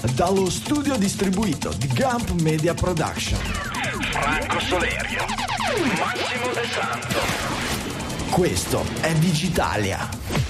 dallo studio distribuito di Gump Media Production. Franco Solerio, Massimo De Santo. Questo è Digitalia.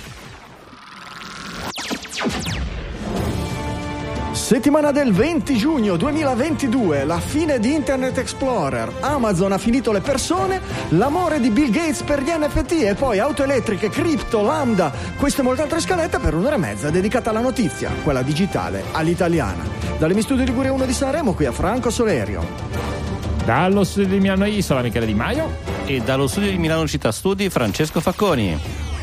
Settimana del 20 giugno 2022, la fine di Internet Explorer, Amazon ha finito le persone, l'amore di Bill Gates per gli NFT e poi auto elettriche, cripto, lambda, queste e molte altre scalette per un'ora e mezza dedicata alla notizia, quella digitale, all'italiana. Dalle miei studi Liguria 1 di Sanremo, qui a Franco Solerio. Dallo studio di Milano Isola, Michele Di Maio. E dallo studio di Milano Città Studi, Francesco Facconi.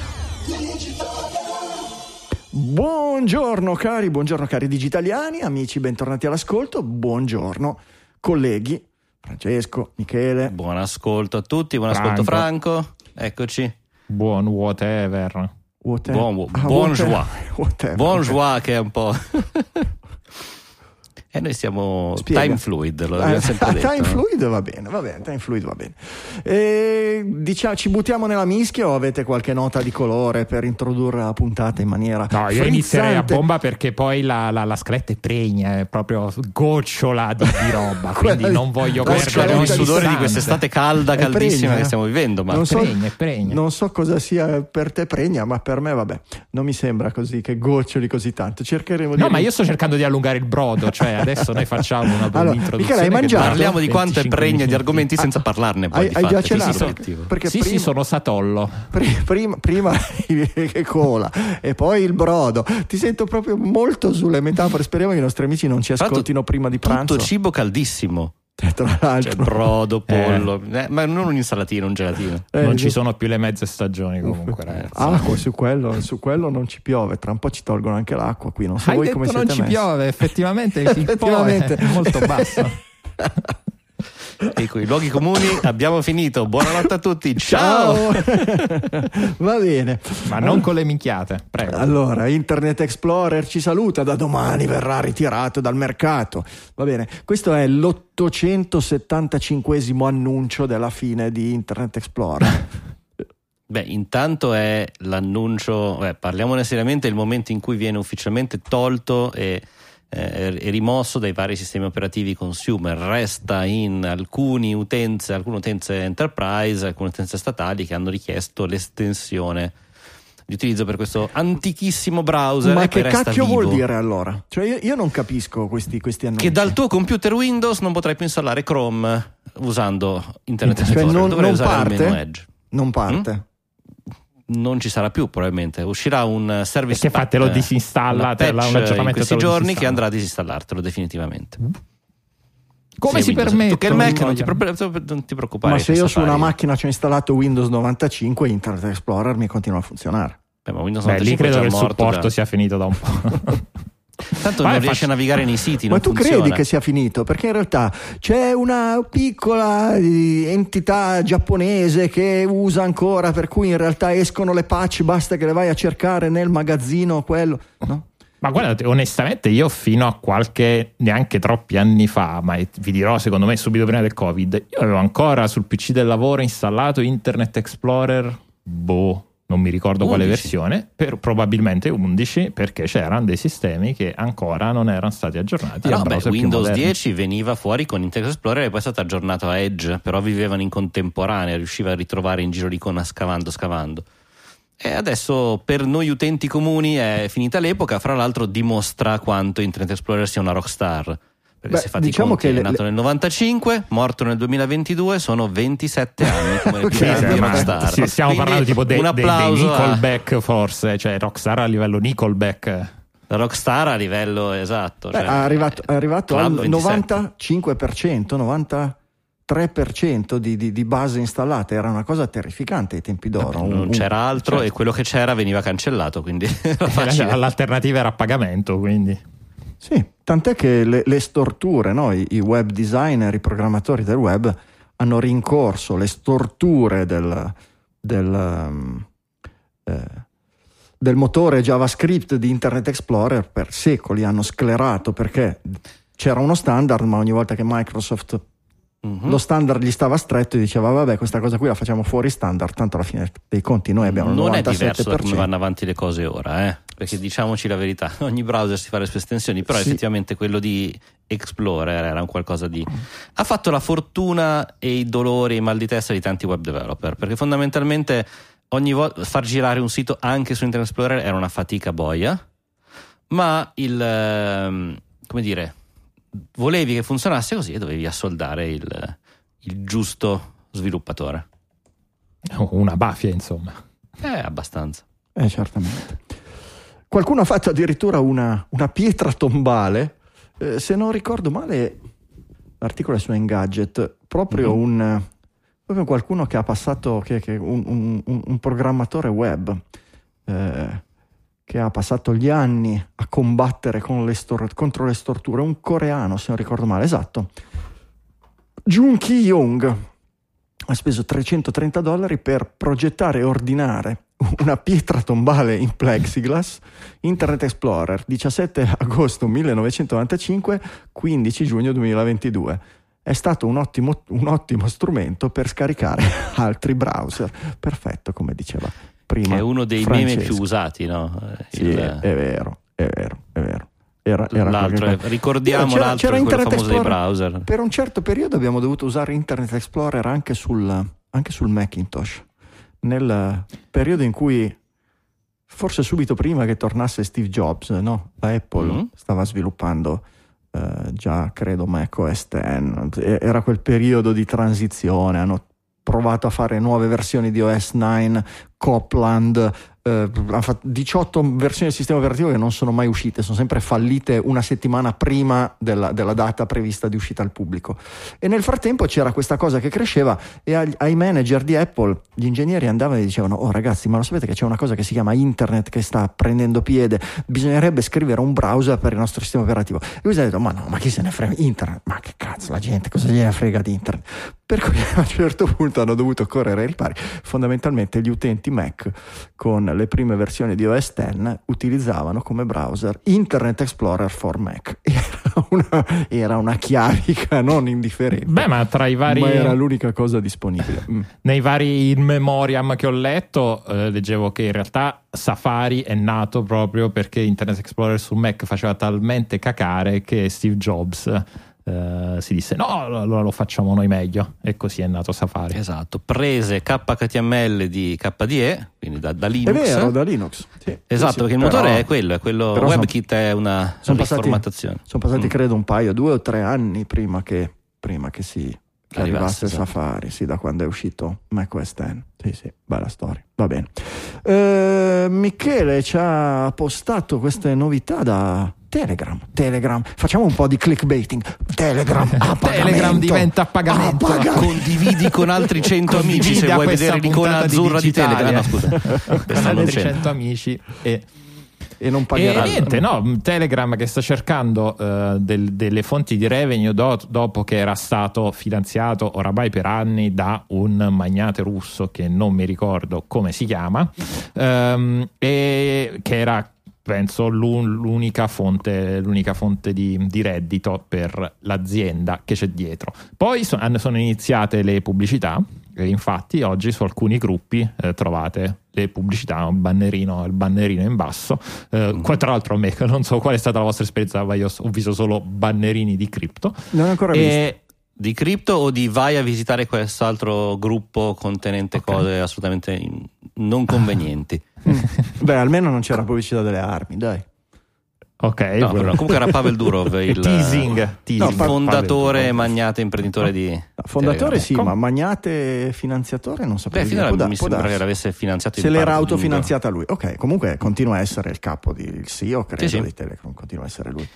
Buongiorno cari digitaliani, amici, bentornati all'ascolto, buongiorno colleghi, Francesco, Michele. Buon ascolto a tutti, buon ascolto Franco, eccoci. Buon whatever. Buon joie. Buon joie che è un po'... E noi siamo time fluid, lo abbiamo sempre detto. Time fluid va bene, time fluid va bene. Diciamo, ci buttiamo nella mischia o avete qualche nota di colore per introdurre la puntata in maniera No, io inizierei a bomba perché poi la scaletta è pregna, è proprio gocciola di roba, quindi non voglio perdere il sudore di quest'estate caldissima che stiamo vivendo, ma è pregna. Non so cosa sia per te pregna, ma per me vabbè, non mi sembra così che goccioli così tanto. Cercheremo di... No, ma io sto cercando di allungare il brodo, cioè adesso noi facciamo un'introduzione. Michele, hai mangiato? Parliamo di quanto è pregna di argomenti senza parlarne. Poi hai già cenato? Perché prima sono satollo. Prima che cola e poi il brodo. Ti sento proprio molto sulle metafore. Speriamo che i nostri amici non ci ascoltino prima di pranzo. Tutto cibo caldissimo. Tra l'altro, cioè, brodo, pollo, ma non un'insalatina, un gelatino. Non ci sono più le mezze stagioni comunque, ragazzi. Acqua su quello non ci piove. Tra un po' ci tolgono anche l'acqua qui. Non so Hai voi detto come siete non ci messi. piove, effettivamente il po' è molto basso. E con i luoghi comuni abbiamo finito. Buonanotte a tutti. Ciao. Va bene, ma non con le minchiate, prego. Allora, Internet Explorer ci saluta, da domani verrà ritirato dal mercato. Va bene, questo è l'875esimo annuncio della fine di Internet Explorer. Beh, intanto è l'annuncio, parliamone seriamente, il momento in cui viene ufficialmente tolto e rimosso dai vari sistemi operativi consumer. Resta in alcune utenze enterprise, alcune utenze statali che hanno richiesto l'estensione di utilizzo per questo antichissimo browser. Ma e che resta cacchio vivo. vuol dire allora? Cioè io non capisco questi annunci. Che dal tuo computer Windows non potrai più installare Chrome usando Internet Cioè Explorer. non usare il menu parte? Edge. Non parte? Non ci sarà più, probabilmente uscirà un service che te lo disinstalla un aggiornamento in questi giorni che andrà a disinstallartelo definitivamente. Come si permette? Che il Mac non ti preoccupare. Ma se io su una macchina ci ho installato Windows 95, Internet Explorer mi continua a funzionare. Ma Windows 95 lì credo che il morto supporto già. sia finito da un po'. Tanto non riesce a navigare nei siti. Ma non tu funziona. credi che sia finito? Perché in realtà c'è una piccola entità giapponese che usa ancora, per cui in realtà escono le patch, basta che le vai a cercare nel magazzino quello, no? Ma guardate, onestamente io fino a neanche troppi anni fa, ma vi dirò secondo me subito prima del Covid, io avevo ancora sul PC del lavoro installato Internet Explorer, non mi ricordo 11. quale versione, probabilmente 11, perché c'erano dei sistemi che ancora non erano stati aggiornati. Windows 10 veniva fuori con Internet Explorer e poi è stato aggiornato a Edge, però vivevano in contemporanea, riusciva a ritrovare in giro l'icona scavando. E adesso per noi utenti comuni è finita l'epoca, fra l'altro dimostra quanto Internet Explorer sia una rockstar. Perché se fate diciamo che è nato nel 95, morto nel 2022, sono 27 anni come rockstar. Sì, stiamo parlando tipo dei Nickelback, forse, cioè rockstar a livello Nickelback. Rockstar a livello esatto. È arrivato al 95%, 93% di base installate. Era una cosa terrificante ai tempi d'oro. Non c'era altro, e quello che c'era veniva cancellato, quindi l'alternativa era a pagamento, quindi. Sì, tant'è che le storture, no? I web designer, i programmatori del web hanno rincorso le storture del motore JavaScript di Internet Explorer per secoli, hanno sclerato perché c'era uno standard, ma ogni volta che Microsoft lo standard gli stava stretto e diceva vabbè, questa cosa qui la facciamo fuori standard, tanto alla fine dei conti noi abbiamo il 97%. Non è diverso da come vanno avanti le cose ora, perché diciamoci la verità, ogni browser si fa le sue estensioni, però effettivamente quello di Explorer era un qualcosa di... Ha fatto la fortuna e i dolori e i mal di testa di tanti web developer, perché fondamentalmente ogni volta far girare un sito anche su Internet Explorer era una fatica boia, ma come dire, volevi che funzionasse così e dovevi assoldare il giusto sviluppatore. Una bafia, insomma. Abbastanza. Certamente. Qualcuno ha fatto addirittura una pietra tombale, se non ricordo male l'articolo è su Engadget, proprio proprio qualcuno che ha passato un programmatore web che ha passato gli anni a combattere contro le storture, un coreano se non ricordo male, esatto, Jun Ki-young, ha speso $330 per progettare e ordinare una pietra tombale in plexiglass, Internet Explorer, 17 agosto 1995, 15 giugno 2022. È stato un ottimo strumento per scaricare altri browser. Perfetto, come diceva prima. Che è uno dei Francesco. meme più usati, no? Sì, è vero. Era l'altro ricordiamo l'altro è quello famoso dei browser. Per un certo periodo abbiamo dovuto usare Internet Explorer anche sul Macintosh, nel periodo in cui, forse subito prima che tornasse Steve Jobs, no? La Apple stava sviluppando già credo Mac OS X, era quel periodo di transizione, hanno provato a fare nuove versioni di OS 9, Copland, hanno fatto 18 versioni del sistema operativo che non sono mai uscite, sono sempre fallite una settimana prima della data prevista di uscita al pubblico. E nel frattempo c'era questa cosa che cresceva e ai manager di Apple gli ingegneri andavano e dicevano: oh ragazzi, ma lo sapete che c'è una cosa che si chiama internet che sta prendendo piede, bisognerebbe scrivere un browser per il nostro sistema operativo. E lui si è detto: ma no, ma chi se ne frega internet, ma che cazzo, la gente cosa gliene frega di internet? Per cui a un certo punto hanno dovuto correre ai ripari. Fondamentalmente gli utenti Mac con le prime versioni di OS X utilizzavano come browser Internet Explorer for Mac. Era una chiavica non indifferente. Beh, ma tra i vari... Ma era l'unica cosa disponibile. Nei vari in memoriam che ho letto, leggevo che in realtà Safari è nato proprio perché Internet Explorer su Mac faceva talmente cacare che Steve Jobs si disse: no, allora lo facciamo noi meglio, e così è nato Safari. Esatto, prese KHTML di KDE, quindi da Linux. È vero, da Linux. Sì, esatto, sì, perché il motore è quello WebKit è una riformattazione. Sono passati credo un paio, 2 o 3 anni prima che arrivasse Safari, sì, da quando è uscito macOS X. Sì, bella storia. Va bene. Michele ci ha postato queste novità da Telegram. Facciamo un po' di clickbaiting. Telegram diventa a pagamento. Condividi con altri 100 amici se vuoi vedere l'icona azzurra di Telegram. No, scusa. Altri 100 amici e non pagheranno. E niente, no, Telegram che sta cercando delle fonti di revenue dopo che era stato finanziato oramai per anni da un magnate russo che non mi ricordo come si chiama, e che era, penso, l'unica fonte di reddito per l'azienda che c'è dietro. Poi sono iniziate le pubblicità, e infatti oggi su alcuni gruppi trovate le pubblicità, il bannerino in basso. Qua, tra l'altro, non so qual è stata la vostra esperienza, ma io ho visto solo bannerini di cripto. Non ho ancora visto. Di cripto o di vai a visitare quest'altro gruppo contenente cose assolutamente non convenienti. Beh, almeno non c'era pubblicità delle armi, dai. Ok, no, comunque era Pavel Durov il teasing. Fondatore e magnate imprenditore di fondatore, sì, ma magnate finanziatore non sapevo. Finora mi sembra che l'avesse finanziato, se l'era autofinanziata lui. Ok, comunque continua a essere il capo il CEO, credo, di Telecom, continua a essere lui.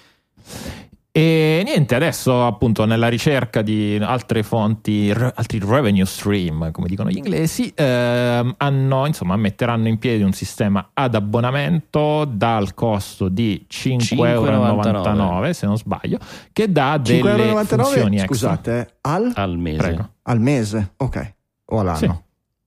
E niente, adesso appunto nella ricerca di altre fonti, altri revenue stream, come dicono gli inglesi, metteranno in piedi un sistema ad abbonamento dal costo di €5,99, se non sbaglio, che dà delle funzioni extra. Scusate, al mese. Prego. Al mese, ok, o all'anno? Sì.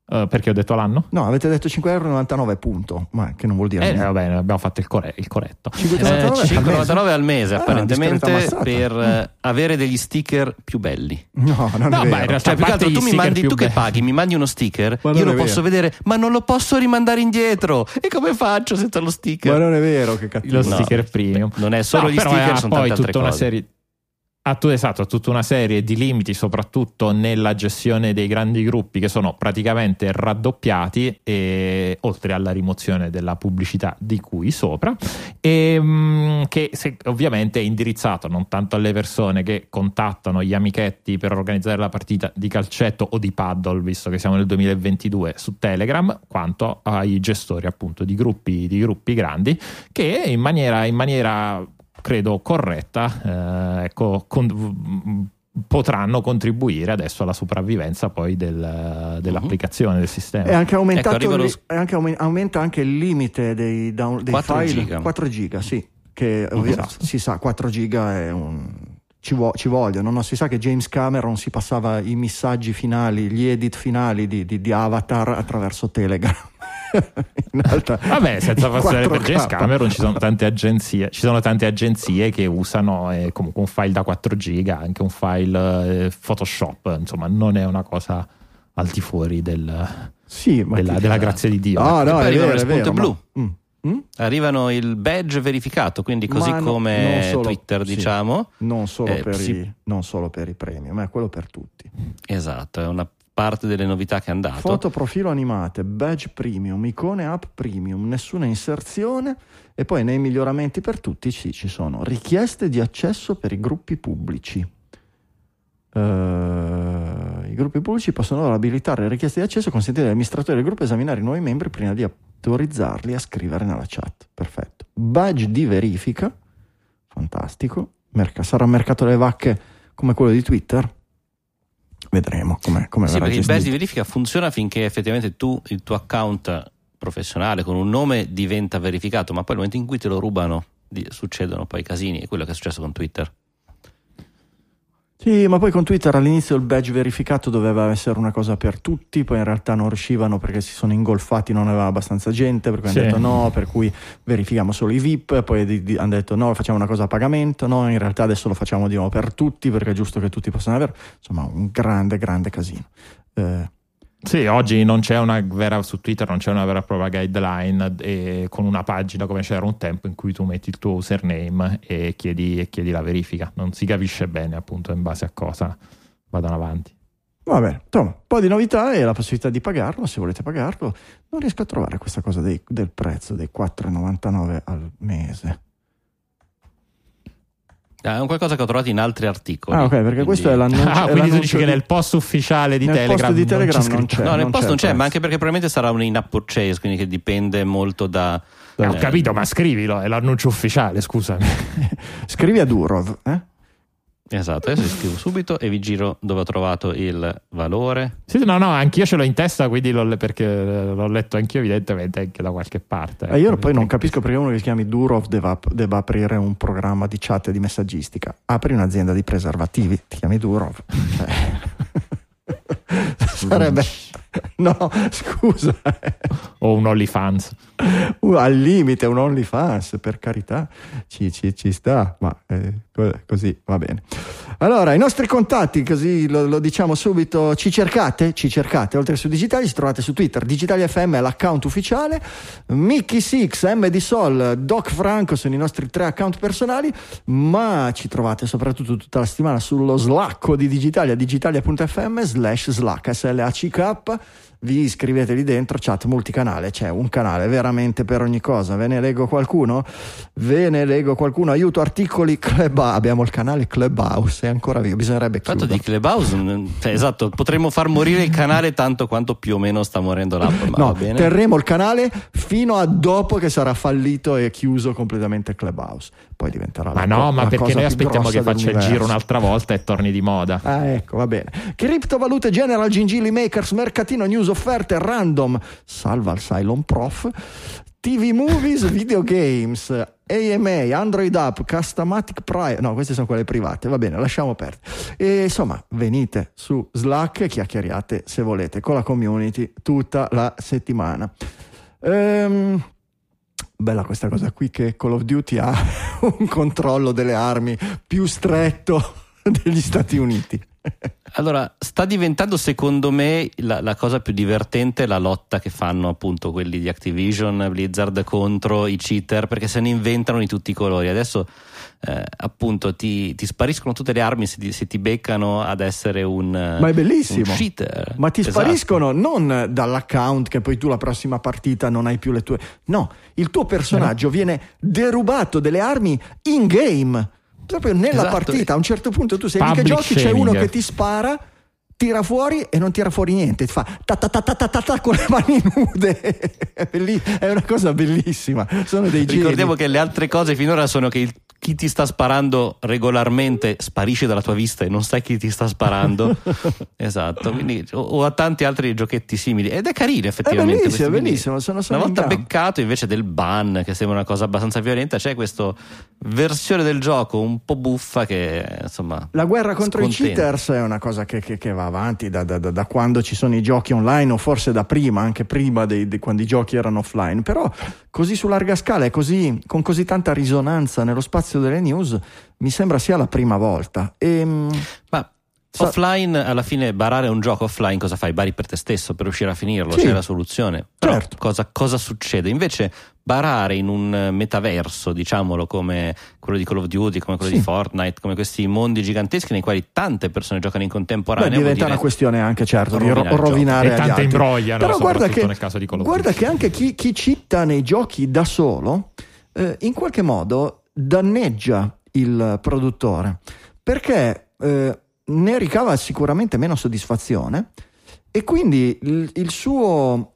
Perché ho detto l'anno? No, avete detto 5,99 punto, ma che non vuol dire niente. Vabbè, abbiamo fatto il corretto. 5,99 al mese apparentemente discreta per avere degli sticker più belli. No, non è vero. Ma in realtà, Cioè, più che altro tu mi mandi, tu che paghi, mi mandi uno sticker, Ma io non lo è posso vero. vedere, ma non lo posso rimandare indietro. E come faccio senza lo sticker? Ma non è vero, che cattivo. Lo sticker premium. Non è solo gli però sticker, ha sono poi tante altre tutta una cose. serie. Esatto, tutta una serie di limiti, soprattutto nella gestione dei grandi gruppi, che sono praticamente raddoppiati, e oltre alla rimozione della pubblicità di cui sopra, e che ovviamente è indirizzato non tanto alle persone che contattano gli amichetti per organizzare la partita di calcetto o di paddle, visto che siamo nel 2022, su Telegram, quanto ai gestori appunto di gruppi grandi, che in maniera credo corretta, potranno contribuire adesso alla sopravvivenza poi dell'applicazione del sistema. È anche aumentato Ecco, aumenta anche il limite dei 4 file giga. 4 giga, sì, che si sa 4 giga è ci vogliono, no? Si sa che James Cameron si passava i messaggi finali, gli edit finali di Avatar attraverso Telegram. Vabbè, senza passare per James Cameron, ci sono tante agenzie che usano comunque un file da 4 giga, anche un file Photoshop, insomma non è una cosa al di fuori della grazia di Dio. No, Poi arrivano le è spunte vero, blu. Arrivano il badge verificato, quindi così come non solo, Twitter, sì, diciamo, non solo per i premi, ma è quello per tutti. esatto, è una parte delle novità che è andato. Foto profilo animate, badge premium, icone app premium, nessuna inserzione, e poi nei miglioramenti per tutti ci sono richieste di accesso per i gruppi pubblici. I gruppi pubblici possono ora abilitare le richieste di accesso, consentire agli amministratori del gruppo esaminare i nuovi membri prima di autorizzarli a scrivere nella chat. Perfetto. Badge di verifica, fantastico. Sarà un mercato delle vacche come quello di Twitter? Vedremo come Sì, verrà perché il gestito. badge di verifica funziona finché effettivamente il tuo account professionale con un nome diventa verificato, ma poi nel momento in cui te lo rubano succedono poi casini, è quello che è successo con Twitter. Sì, ma poi con Twitter all'inizio il badge verificato doveva essere una cosa per tutti, poi in realtà non riuscivano perché si sono ingolfati, non aveva abbastanza gente, per cui hanno detto no, per cui verifichiamo solo i VIP, poi hanno detto no, facciamo una cosa a pagamento, no, in realtà adesso lo facciamo di nuovo per tutti perché è giusto che tutti possano avere, insomma un grande casino. Sì, oggi su Twitter non c'è una vera e propria guideline, con una pagina come c'era un tempo in cui tu metti il tuo username e chiedi la verifica. Non si capisce bene appunto in base a cosa vadano avanti. Va bene, insomma, un po' di novità e la possibilità di pagarlo, se volete pagarlo. Non riesco a trovare questa cosa del prezzo dei 4,99 al mese. È un qualcosa che ho trovato in altri articoli. Ah, ok, perché questo è l'annuncio. Quindi tu dici che nel post ufficiale di Telegram non c'è. No, nel post non c'è, prezzo. ma anche perché probabilmente sarà un in-app purchase, quindi che dipende molto da... Ho capito, ma scrivilo, è l'annuncio ufficiale, scusami. Scrivi a Durov, Esatto, adesso scrivo subito e vi giro dove ho trovato il valore. Sì, no, anch'io ce l'ho in testa, quindi perché l'ho letto anch'io evidentemente anche da qualche parte. Io poi non capisco perché uno che si chiami Durov debba aprire un programma di chat e di messaggistica. Apri un'azienda di preservativi, ti chiami Durov. Sarebbe... No, scusa. O un OnlyFans. Al limite un OnlyFans, per carità, ci sta, ma così va bene. Allora, i nostri contatti, così lo diciamo subito, ci cercate, oltre su Digitali, ci trovate su Twitter, Digitali FM è l'account ufficiale, Mickey Six, MD Sol, Doc Franco sono i nostri 3 account personali, ma ci trovate soprattutto tutta la settimana sullo Slacco di Digitalia, digitalia.fm/Slack, SLACK. Vi iscrivete lì dentro, chat multicanale, c'è un canale veramente per ogni cosa. Ve ne leggo qualcuno, aiuto, articoli, abbiamo il canale Clubhouse, è ancora vivo, bisognerebbe Fatto chiuderlo. di Clubhouse, esatto, potremmo far morire il canale tanto quanto più o meno sta morendo l'app, ma No, va bene. terremo il canale fino a dopo che sarà fallito e chiuso completamente Clubhouse, poi diventerà Ma la perché cosa noi più aspettiamo grossa che faccia il dell'universo. giro un'altra volta e torni di moda. Ecco, va bene. Criptovalute, General, Gingilli Makers, Mercatino, News, offerte, Random, salva il Cylon Prof, TV Movies, Videogames, AMA, Android App, Customatic Privacy. No, queste sono quelle private, va bene, lasciamo perdere. E insomma, venite su Slack e chiacchieriate se volete con la community tutta la settimana. Bella questa cosa qui che Call of Duty ha un controllo delle armi più stretto degli Stati Uniti. Allora, sta diventando secondo me la cosa più divertente la lotta che fanno appunto quelli di Activision, Blizzard contro i cheater, perché se ne inventano di tutti i colori. Adesso appunto ti spariscono tutte le armi se ti beccano ad essere ma è bellissimo, un cheater. Ma ti Esatto. spariscono non dall'account che poi tu la prossima partita non hai più le tue, no, il tuo personaggio viene derubato delle armi in game, proprio nella partita. A un certo punto tu sei lì che giochi, c'è uno che ti spara, tira fuori e non tira fuori niente, ti fa ta ta ta ta ta ta, ta con le mani nude. È una cosa bellissima, sono dei giri. Ricordiamo che le altre cose finora sono che chi ti sta sparando regolarmente sparisce dalla tua vista e non sai chi ti sta sparando. Esatto, quindi, o a tanti altri giochetti simili, ed è carino effettivamente. È bellissimo. Sono una volta beccato invece del ban, che sembra una cosa abbastanza violenta, c'è questa versione del gioco un po' buffa che insomma, la guerra contro i cheaters è una cosa che va avanti da quando ci sono i giochi online, o forse da prima, anche prima di quando i giochi erano offline, però così su larga scala e così con così tanta risonanza nello spazio delle news mi sembra sia la prima volta. Ma offline, alla fine, barare un gioco offline, cosa fai? Bari per te stesso per riuscire a finirlo, sì, c'è la soluzione. Però certo. cosa succede? Invece barare in un metaverso, diciamolo, come quello di Call of Duty, come quello di Fortnite, come questi mondi giganteschi nei quali tante persone giocano in contemporanea, diventa una questione anche, certo, di rovinare e tante imbrogliano. Però guarda che, nel caso di Call of Duty. Guarda che anche chi citta nei giochi da solo in qualche modo danneggia il produttore, perché ne ricava sicuramente meno soddisfazione, e quindi il suo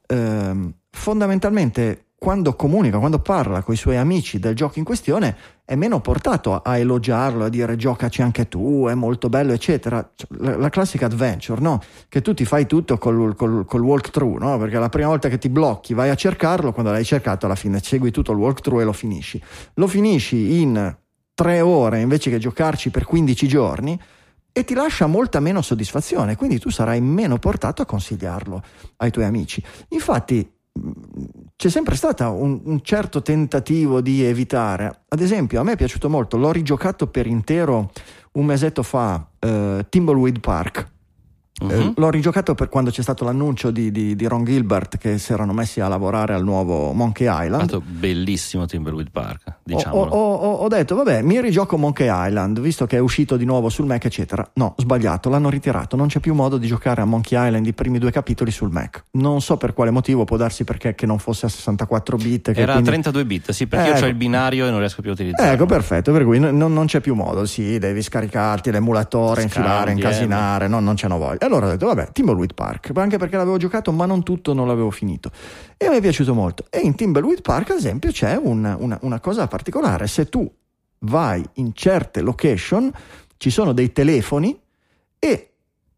fondamentalmente, quando comunica, quando parla con i suoi amici del gioco in questione, è meno portato a elogiarlo, a dire giocaci anche tu, è molto bello, eccetera. La classica adventure, no? Che tu ti fai tutto col walkthrough, no? Perché la prima volta che ti blocchi vai a cercarlo, quando l'hai cercato alla fine segui tutto il walkthrough e lo finisci. Lo finisci in 3 ore invece che giocarci per 15 giorni, e ti lascia molta meno soddisfazione, quindi tu sarai meno portato a consigliarlo ai tuoi amici. Infatti c'è sempre stato un certo tentativo di evitare. Ad esempio, a me è piaciuto molto, l'ho rigiocato per intero un mesetto fa, Thimbleweed Park. L'ho rigiocato per quando c'è stato l'annuncio di Ron Gilbert che si erano messi a lavorare al nuovo Monkey Island. Bellissimo Thimbleweed Park, diciamolo. Ho detto vabbè, mi rigioco Monkey Island visto che è uscito di nuovo sul Mac, eccetera. No, sbagliato, l'hanno ritirato, non c'è più modo di giocare a Monkey Island i primi 2 capitoli sul Mac. Non so per quale motivo, può darsi perché che non fosse a 64 bit, che era quindi... 32 bit, sì, perché io ho il binario e non riesco più a utilizzarlo. Ecco, perfetto, per cui non c'è più modo, sì, devi scaricarti l'emulatore, infilare, incasinare, non ce n'ho voglia. Allora ho detto vabbè, Thimbleweed Park, anche perché l'avevo giocato ma non tutto, non l'avevo finito, e mi è piaciuto molto. E in Thimbleweed Park, ad esempio, c'è una cosa particolare: se tu vai in certe location ci sono dei telefoni e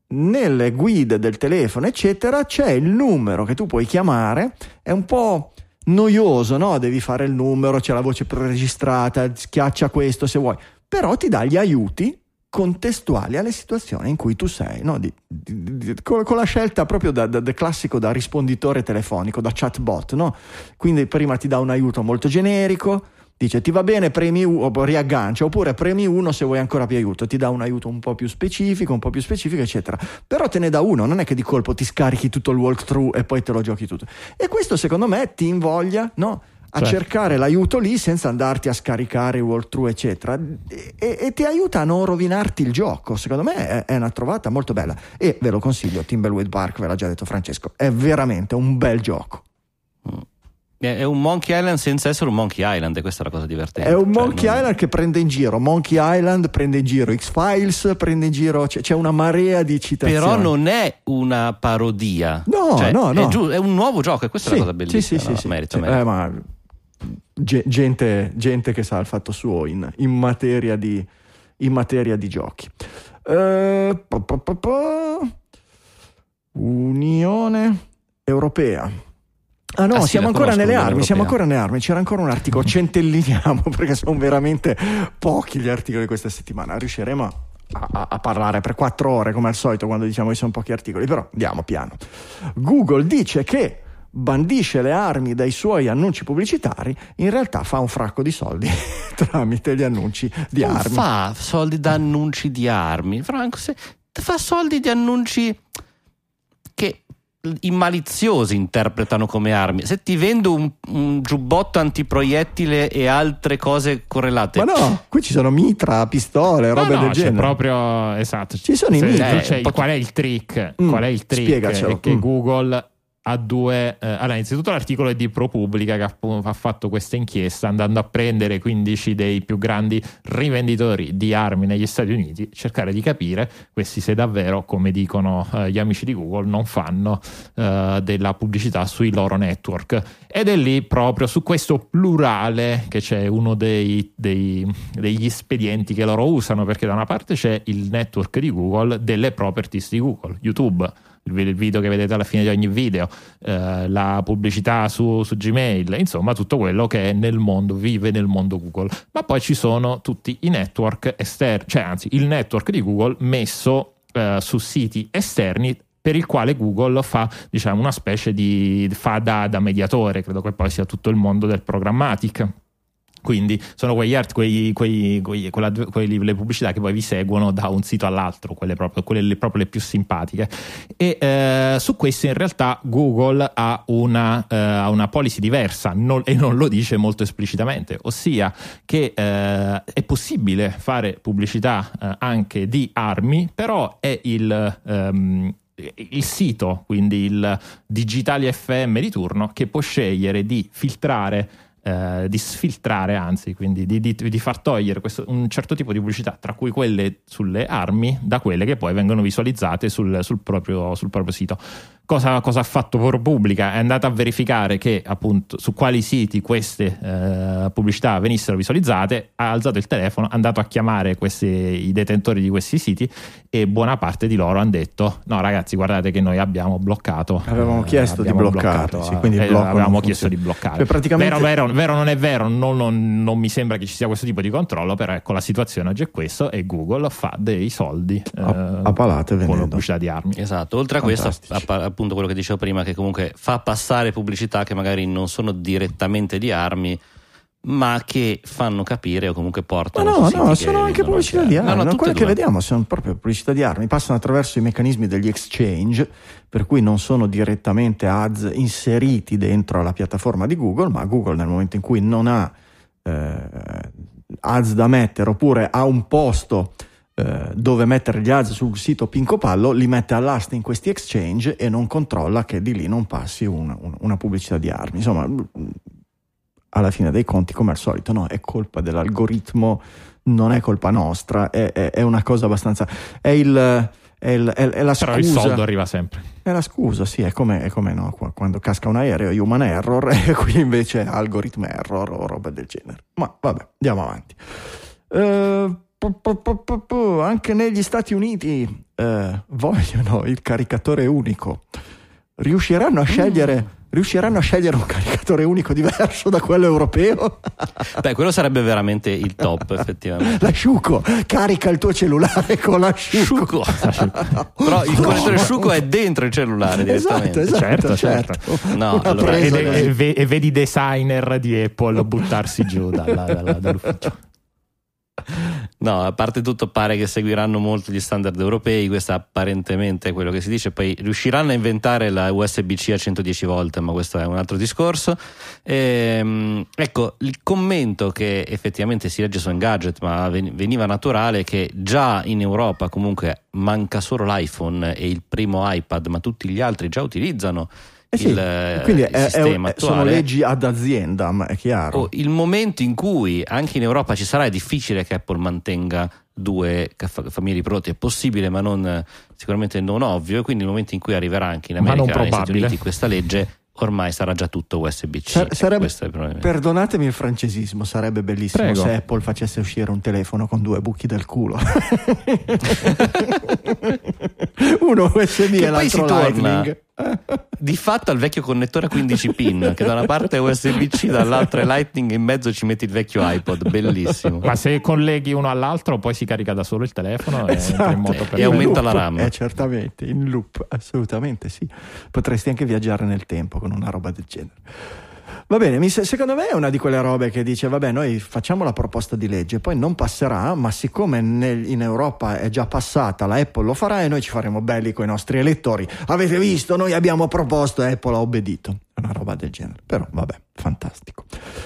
nelle guide del telefono eccetera c'è il numero che tu puoi chiamare. È un po' noioso, no? Devi fare il numero, c'è la voce preregistrata, schiaccia questo se vuoi, però ti dà gli aiuti contestuali alle situazioni in cui tu sei, no? Con la scelta proprio da classico, da risponditore telefonico, da chatbot, no? Quindi prima ti dà un aiuto molto generico, dice ti va bene, premi o riaggancia, oppure premi 1 se vuoi ancora più aiuto, ti dà un aiuto un po' più specifico, eccetera. Però te ne dà uno, non è che di colpo ti scarichi tutto il walkthrough e poi te lo giochi tutto. E questo secondo me ti invoglia, no? A cercare l'aiuto lì senza andarti a scaricare i walkthrough eccetera, e ti aiuta a non rovinarti il gioco. Secondo me è una trovata molto bella e ve lo consiglio. Thimbleweed Park, ve l'ha già detto Francesco, è veramente un bel gioco. È un Monkey Island senza essere un Monkey Island, e questa è la cosa divertente. È un Monkey Island che prende in giro Monkey Island, prende in giro X-Files, prende in giro, c'è una marea di citazioni. Però non è una parodia, no. È un nuovo gioco, e questa è la cosa bellissima. Sì. Merito. Ma gente che sa il fatto suo in materia di giochi. Unione Europea. Ah no, siamo ancora nelle armi, europea. c'era ancora un articolo, centelliniamo perché sono veramente pochi gli articoli di questa settimana, riusciremo a parlare per 4 ore come al solito quando diciamo che sono pochi articoli, però andiamo piano. Google dice che bandisce le armi dai suoi annunci pubblicitari, in realtà fa un fracco di soldi tramite gli annunci di non armi. Fa soldi da annunci di armi, Franco, fa soldi di annunci che i maliziosi interpretano come armi. Se ti vendo un giubbotto antiproiettile e altre cose correlate, ma no, qui ci sono mitra, pistole, robe del genere. C'è proprio, esatto, ci sono i mitra. Qual è il trick? Qual è il trick? Spiegacelo. È che Google ha due allora, innanzitutto l'articolo è di ProPublica che ha fatto questa inchiesta andando a prendere 15 dei più grandi rivenditori di armi negli Stati Uniti, cercare di capire questi se davvero, come dicono gli amici di Google, non fanno della pubblicità sui loro network. Ed è lì proprio su questo plurale che c'è uno degli espedienti che loro usano, perché da una parte c'è il network di Google delle properties di Google, YouTube, il video che vedete alla fine di ogni video, la pubblicità su Gmail, insomma tutto quello che è nel mondo, vive nel mondo Google. Ma poi ci sono tutti i network esterni, cioè anzi il network di Google messo su siti esterni, per il quale Google fa, diciamo, una specie fa da mediatore. Credo che poi sia tutto il mondo del programmatic. Quindi sono le pubblicità che poi vi seguono da un sito all'altro, quelle proprio le più simpatiche. E su questo in realtà Google ha una policy diversa, e non lo dice molto esplicitamente, ossia che è possibile fare pubblicità anche di armi, però è il sito, quindi il Digitali FM di turno, che può scegliere di filtrare, di sfiltrare, anzi, quindi di far togliere un certo tipo di pubblicità, tra cui quelle sulle armi, da quelle che poi vengono visualizzate sul proprio sito. Cosa ha fatto ProPublica? È andata a verificare che appunto su quali siti queste pubblicità venissero visualizzate, ha alzato il telefono, è andato a chiamare i detentori di questi siti, e buona parte di loro hanno detto: no ragazzi, guardate che noi abbiamo bloccato, avevamo chiesto di bloccare, sì, quindi il blocco avevamo chiesto di bloccare. Cioè, praticamente... vero non è vero, non mi sembra che ci sia questo tipo di controllo, però ecco, la situazione oggi è questo, e Google fa dei soldi a palate con venendo la pubblicità di armi. Esatto. Oltre a questo, appunto quello che dicevo prima, che comunque fa passare pubblicità che magari non sono direttamente di armi, ma che fanno capire o comunque portano. No, sono anche pubblicità di armi. No, quelle che vediamo sono proprio pubblicità di armi, passano attraverso i meccanismi degli exchange, per cui non sono direttamente ads inseriti dentro la piattaforma di Google, ma Google, nel momento in cui non ha ads da mettere, oppure ha un posto dove mettere gli ads sul sito Pinco Pallo, li mette all'asta in questi exchange e non controlla che di lì non passi una pubblicità di armi. Insomma, alla fine dei conti, come al solito, no, è colpa dell'algoritmo, non è colpa nostra, è una cosa abbastanza... È la scusa. Però il soldo arriva sempre. È la scusa, sì, è come no, quando casca un aereo, human error, e qui invece algorithm error o roba del genere. Ma vabbè, andiamo avanti. Anche negli Stati Uniti vogliono il caricatore unico. Riusciranno a scegliere un caricatore unico diverso da quello europeo? Beh, quello sarebbe veramente il top, effettivamente. L'asciugo, carica il tuo cellulare con l'asciugo. Però il connettore asciugo è dentro il cellulare direttamente. Esatto, certo. No, allora, e vedi designer di Apple buttarsi giù dall'ufficio. No, a parte tutto, pare che seguiranno molto gli standard europei, questo apparentemente è quello che si dice. Poi riusciranno a inventare la USB-C a 110 volt, ma questo è un altro discorso. Ecco, il commento che effettivamente si legge su Engadget, ma veniva naturale, che già in Europa comunque manca solo l'iPhone e il primo iPad, ma tutti gli altri già utilizzano quindi il sistema attuale. Sono leggi ad aziendam, è chiaro. Il momento in cui anche in Europa ci sarà, è difficile che Apple mantenga due famiglie di prodotti, è possibile ma sicuramente non ovvio, e quindi il momento in cui arriverà anche in America e negli Stati Uniti questa legge, ormai sarà già tutto USB-C. Perdonatemi il francesismo, sarebbe bellissimo se Apple facesse uscire un telefono con 2 buchi del culo. Uno USB e l'altro Lightning. di fatto al vecchio connettore a 15 pin, che da una parte è USB-C, dall'altra è Lightning, e in mezzo ci metti il vecchio iPod, bellissimo. Ma se colleghi uno all'altro poi si carica da solo il telefono e entra in moto e aumenta la RAM. Certamente, in loop, assolutamente sì. Potresti anche viaggiare nel tempo con una roba del genere. Va bene, secondo me è una di quelle robe che dice vabbè, noi facciamo la proposta di legge, poi non passerà, ma siccome in Europa è già passata, la Apple lo farà e noi ci faremo belli con i nostri elettori. Avete visto, noi abbiamo proposto e Apple ha obbedito. Una roba del genere, però vabbè, fantastico.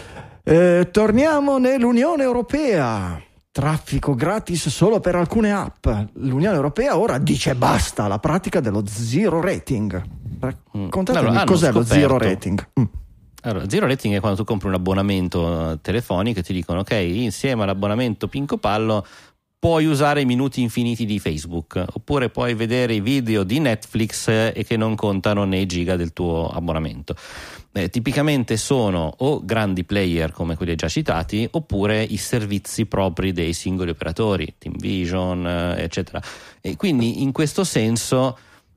Torniamo nell'Unione Europea. Traffico gratis solo per alcune app. L'Unione Europea ora dice basta alla pratica dello zero rating. Raccontatemi cos'è lo zero rating. Allora, zero rating è quando tu compri un abbonamento telefonico e ti dicono ok, insieme all'abbonamento Pinco Pallo puoi usare i minuti infiniti di Facebook, oppure puoi vedere i video di Netflix e che non contano nei giga del tuo abbonamento. Tipicamente sono o grandi player come quelli già citati, oppure i servizi propri dei singoli operatori, TeamVision, eccetera. E quindi in questo senso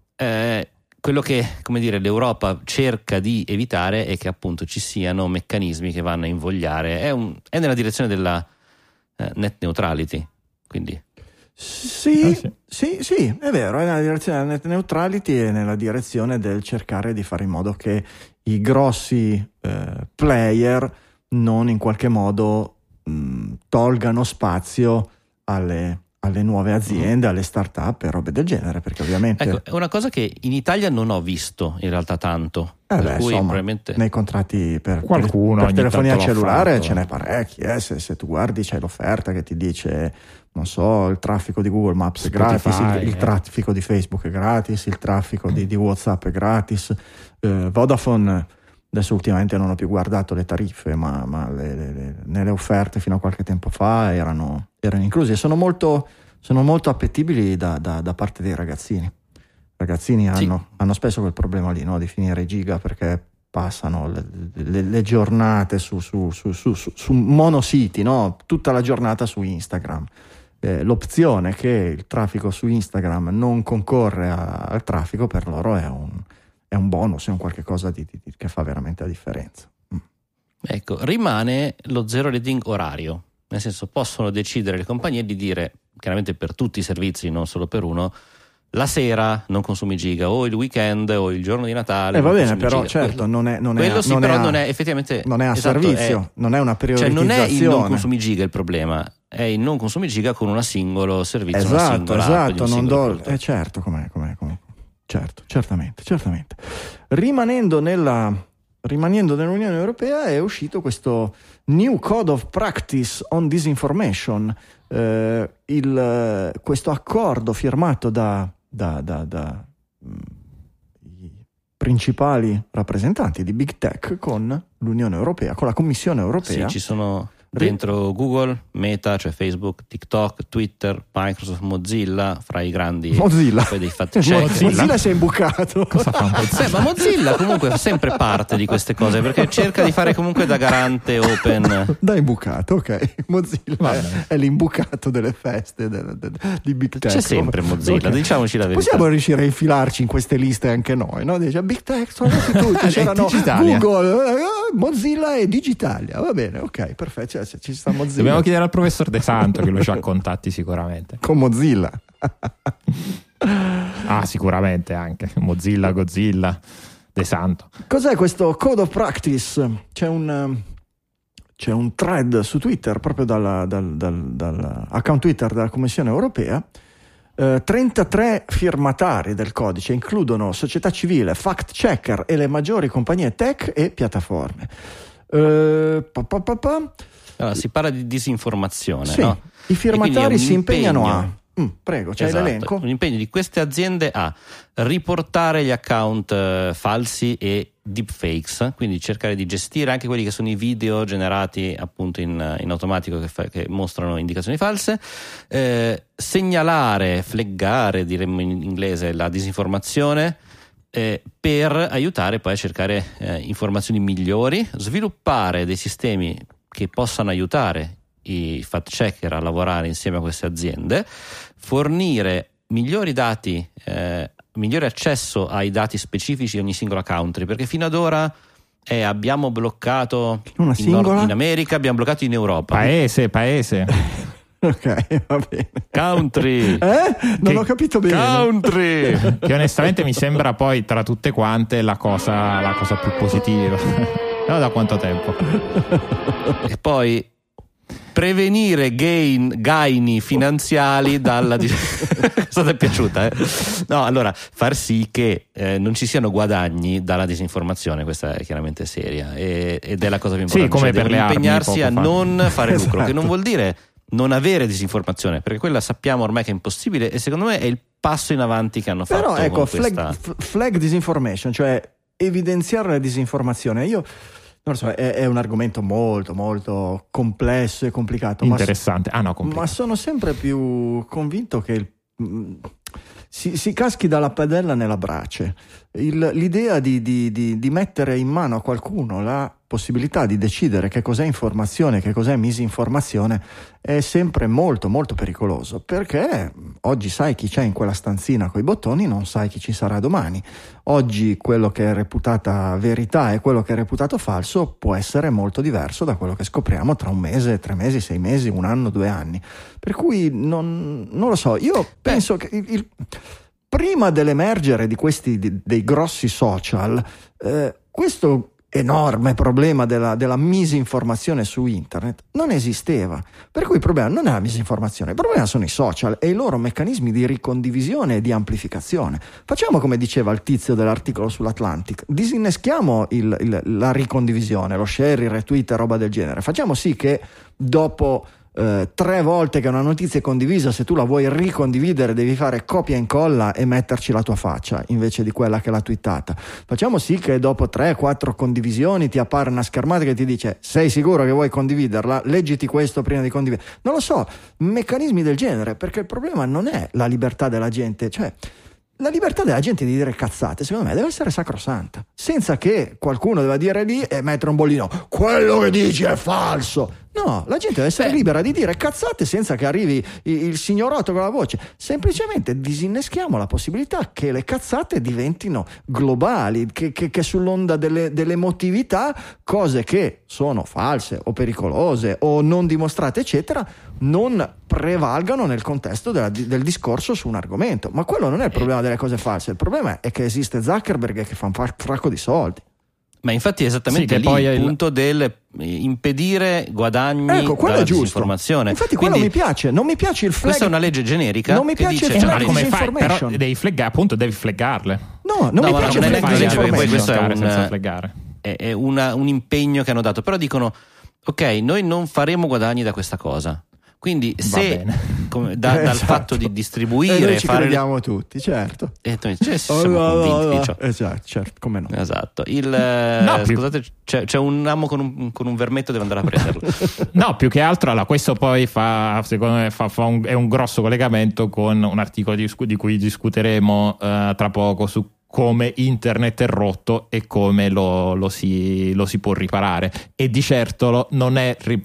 quello che, come dire, l'Europa cerca di evitare è che appunto ci siano meccanismi che vanno a invogliare. È nella direzione della net neutrality, quindi sì, è vero, è nella direzione della net neutrality e nella direzione del cercare di fare in modo che i grossi player non in qualche modo tolgano spazio alle nuove aziende, alle start-up e robe del genere, perché ovviamente ecco, è una cosa che in Italia non ho visto in realtà tanto, per cui insomma, probabilmente nei contratti per qualcuno per telefonia cellulare fatto. ce n'è parecchi, se tu guardi c'è l'offerta che ti dice non so, il traffico di Google Maps è gratis, il traffico di Facebook è gratis, il traffico di WhatsApp è gratis. Vodafone, adesso ultimamente non ho più guardato le tariffe, ma nelle offerte fino a qualche tempo fa erano inclusi e sono molto appetibili da parte dei ragazzini. I ragazzini hanno spesso quel problema lì, no? Di finire i giga perché passano le giornate su monositi, no? Tutta la giornata su Instagram. L'opzione che il traffico su Instagram non concorre al traffico per loro è un bonus, è un qualche cosa che fa veramente la differenza. Ecco, rimane lo zero rating orario, nel senso possono decidere le compagnie di dire, chiaramente per tutti i servizi, non solo per uno, la sera non consumi giga, o il weekend o il giorno di Natale. Va bene, però giga. certo non è effettivamente non è a esatto, servizio, non è una prioritizzazione. Cioè non è il non consumi giga il problema, è il non consumi giga con un singolo servizio, una singola app di un singolo prodotto. Certo, come certo, certamente. Rimanendo nell'Unione Europea è uscito questo New Code of Practice on Disinformation, questo accordo firmato da i principali rappresentanti di Big Tech con l'Unione Europea, con la Commissione Europea. Sì, ci sono dentro Google, Meta, cioè Facebook, TikTok, Twitter, Microsoft, Mozilla, fra i grandi poi dei fact check. Mozilla si è imbucato. Cosa fa Mozilla? Ma Mozilla comunque fa sempre parte di queste cose, perché cerca di fare comunque da garante open. Da imbucato, ok. Mozilla è l'imbucato delle feste di Big Tech. C'è sempre Mozilla, okay. Diciamoci la verità. Possiamo riuscire a infilarci in queste liste anche noi, no? Dice Big Tech sono tutti, c'erano Google, Mozilla e Digitalia. Va bene, ok, perfetto. Ci sta Mozilla. Dobbiamo chiedere al professor De Santo che lo ci ha contatti sicuramente. Con Mozilla. Sicuramente anche Mozilla, Godzilla, De Santo. Cos'è questo Code of Practice? C'è un thread su Twitter, proprio dal account Twitter della Commissione Europea. 33 firmatari del codice includono società civile, fact checker e le maggiori compagnie tech e piattaforme. Allora, si parla di disinformazione, sì, no? I firmatari si impegnano a prego, c'è l'elenco. Un impegno di queste aziende a riportare gli account falsi e deepfakes, quindi cercare di gestire anche quelli che sono i video generati appunto in automatico che mostrano indicazioni false, segnalare, flaggare, diremmo in inglese, la disinformazione, per aiutare poi a cercare informazioni migliori, sviluppare dei sistemi che possano aiutare i fact checker a lavorare insieme a queste aziende, fornire migliori dati migliore accesso ai dati specifici di ogni singola country, perché fino ad ora abbiamo bloccato in America, abbiamo bloccato in Europa. Paese. Ok, va bene. Country. Non ho capito bene. Country. Che onestamente mi sembra poi tra tutte quante la cosa più positiva. No, da quanto tempo? E poi prevenire gaini finanziari dalla cosa ti è piaciuta? No, allora far sì che non ci siano guadagni dalla disinformazione, questa è chiaramente seria ed è la cosa più importante. Sì, come per le armi, impegnarsi a non fare lucro, Esatto. che non vuol dire non avere disinformazione, perché quella sappiamo ormai che è impossibile, e secondo me è il passo in avanti che hanno fatto. Però ecco, con questa... flag disinformation, cioè evidenziare la disinformazione, io non lo so, è un argomento molto molto complesso e complicato, interessante. ma sono sempre più convinto che si caschi dalla padella nella brace. L'idea di mettere in mano a qualcuno la possibilità di decidere che cos'è informazione, che cos'è misinformazione, è sempre molto molto pericoloso, perché oggi sai chi c'è in quella stanzina coi bottoni, non sai chi ci sarà domani. Oggi quello che è reputata verità e quello che è reputato falso può essere molto diverso da quello che scopriamo tra un mese, 3 mesi, 6 mesi, 1 anno, 2 anni. Per cui non lo so, io penso che prima dell'emergere di dei grossi social, questo enorme problema della misinformazione su internet non esisteva. Per cui il problema non è la misinformazione, il problema sono i social e i loro meccanismi di ricondivisione e di amplificazione. Facciamo come diceva il tizio dell'articolo sull'Atlantic, disinneschiamo la ricondivisione, lo share, il retweet e roba del genere. Facciamo sì che dopo 3 volte che una notizia è condivisa, se tu la vuoi ricondividere devi fare copia e incolla e metterci la tua faccia invece di quella che l'ha twittata. Facciamo sì che dopo 3-4 condivisioni ti appare una schermata che ti dice: sei sicuro che vuoi condividerla? Leggiti questo prima di condividere. Non lo so, meccanismi del genere, perché il problema non è la libertà della gente, cioè la libertà della gente di dire cazzate, secondo me, deve essere sacrosanta, senza che qualcuno deve dire lì e mettere un bollino: quello che dici è falso. No, la gente deve essere libera di dire cazzate senza che arrivi il signorotto con la voce. Semplicemente disinneschiamo la possibilità che le cazzate diventino globali, che sull'onda dell'emotività cose che sono false o pericolose o non dimostrate eccetera non prevalgano nel contesto del discorso su un argomento. Ma quello non è il problema delle cose false, il problema è che esiste Zuckerberg che fa un fracco di soldi. Ma infatti è esattamente lì il punto del impedire guadagni dalla disinformazione. Infatti quello mi piace, non mi piace il flag. Questa è una legge generica. Non mi piace il flag come disinformation. Però devi flaggarle. No, non mi piace il flag disinformation. Questo senza flaggare. È un impegno che hanno dato, però dicono: ok, noi non faremo guadagni da questa cosa. Quindi se dal esatto. fatto di distribuire, noi ci crediamo tutti, certo. Siamo convinti, certo, come no. Esatto. Scusate, c'è un amo con un vermetto, devo andare a prenderlo. No, più che altro, allora, questo poi secondo me è un grosso collegamento con un articolo di cui discuteremo tra poco, su come internet è rotto e come lo si può riparare, e di certo non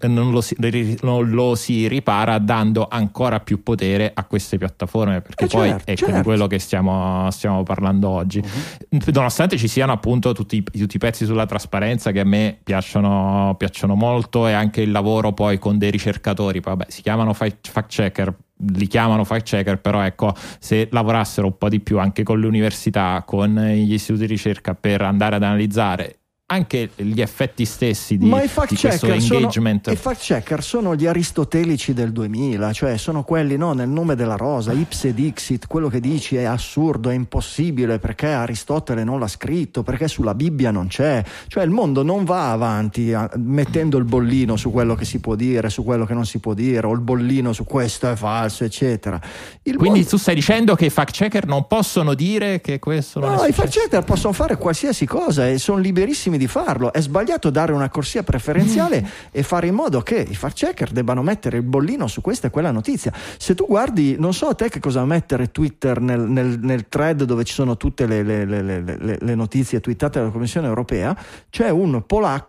lo si ripara dando ancora più potere a queste piattaforme, perché poi è di quello che stiamo parlando oggi. Nonostante ci siano appunto tutti i pezzi sulla trasparenza che a me piacciono molto, e anche il lavoro poi con dei ricercatori, vabbè, si chiamano fact checker, li chiamano fact checker, però ecco, se lavorassero un po' di più anche con le università, con gli istituti di ricerca, per andare ad analizzare anche gli effetti stessi di questo engagement. I fact checker sono gli aristotelici del 2000, cioè sono quelli, no, nel nome della rosa, ipse dixit, quello che dici è assurdo, è impossibile perché Aristotele non l'ha scritto, perché sulla Bibbia non c'è. Cioè il mondo non va avanti mettendo il bollino su quello che si può dire, su quello che non si può dire, o il bollino su questo è falso, eccetera. Quindi tu stai dicendo che i fact checker non possono dire che questo non è successo? I fact checker possono fare qualsiasi cosa e sono liberissimi di farlo. È sbagliato dare una corsia preferenziale e fare in modo che i fact checker debbano mettere il bollino su questa e quella notizia. Se tu guardi, non so a te che cosa mettere Twitter nel thread dove ci sono tutte le notizie twittate dalla Commissione Europea, c'è un polacco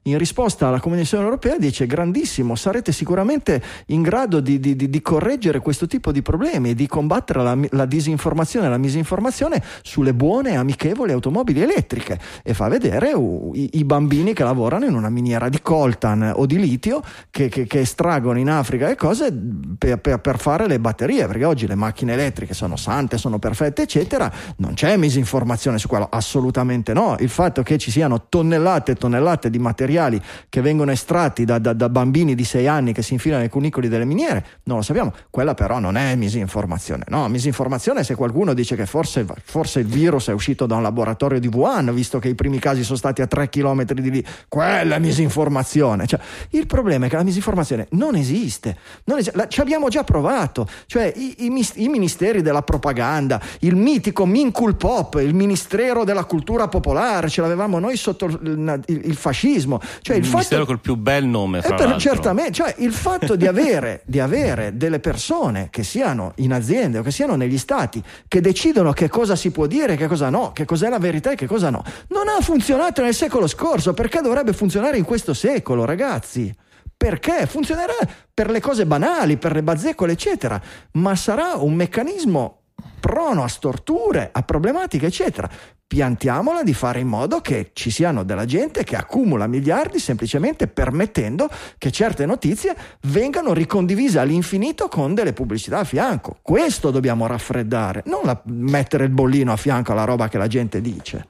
in risposta alla Commissione europea dice: grandissimo, sarete sicuramente in grado di correggere questo tipo di problemi e di combattere la disinformazione e la misinformazione sulle buone e amichevoli automobili elettriche, e fa vedere i bambini che lavorano in una miniera di coltan o di litio che estraggono in Africa e cose per fare le batterie, perché oggi le macchine elettriche sono sante, sono perfette eccetera, non c'è misinformazione su quello, assolutamente no. Il fatto che ci siano tonnellate e tonnellate di materiali che vengono estratti da bambini di 6 anni che si infilano nei cunicoli delle miniere, non lo sappiamo. Quella però non è misinformazione. No, misinformazione è se qualcuno dice che forse il virus è uscito da un laboratorio di Wuhan, visto che i primi casi sono stati a 3 chilometri di lì. Quella è misinformazione. Cioè, il problema è che la misinformazione non esiste. Ci abbiamo già provato. Cioè, i ministeri della propaganda, il mitico Minculpop, il Ministero della Cultura Popolare, ce l'avevamo noi sotto il fascismo. Cioè, il ministero col più bel nome, fra l'altro. Certamente, cioè il fatto di avere delle persone che siano in aziende o che siano negli stati che decidono che cosa si può dire e che cosa no, che cos'è la verità e che cosa no, non ha funzionato nel secolo scorso. Perché dovrebbe funzionare in questo secolo, ragazzi? Perché funzionerà per le cose banali, per le bazzecole eccetera, ma sarà un meccanismo prono a storture, a problematiche eccetera. Piantiamola di fare in modo che ci siano della gente che accumula miliardi semplicemente permettendo che certe notizie vengano ricondivise all'infinito con delle pubblicità a fianco. Questo dobbiamo raffreddare, non mettere il bollino a fianco alla roba che la gente dice.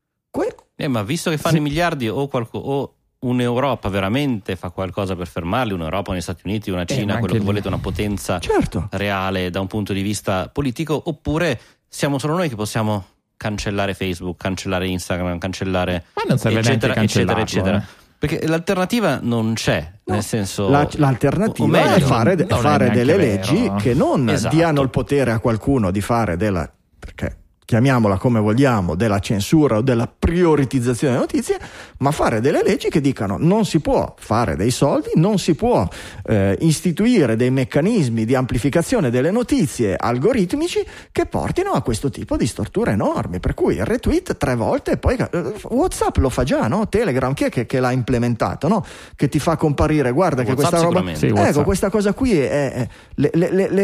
Ma visto che fanno i miliardi, o un'Europa veramente fa qualcosa per fermarli, un'Europa, negli Stati Uniti, una Cina, quello che volete, una potenza reale da un punto di vista politico, oppure siamo solo noi che possiamo cancellare Facebook, cancellare Instagram, cancellare eccetera. Perché l'alternativa non c'è, nel senso, l'alternativa è fare delle leggi che non diano il potere a qualcuno di fare perché chiamiamola come vogliamo, della censura o della prioritizzazione delle notizie, ma fare delle leggi che dicano: non si può fare dei soldi, non si può istituire dei meccanismi di amplificazione delle notizie algoritmici che portino a questo tipo di storture enormi. Per cui il retweet 3 volte e poi WhatsApp lo fa già, no? Telegram, chi è che l'ha implementato, no? Che ti fa comparire, guarda che questa roba, ecco, questa cosa qui è le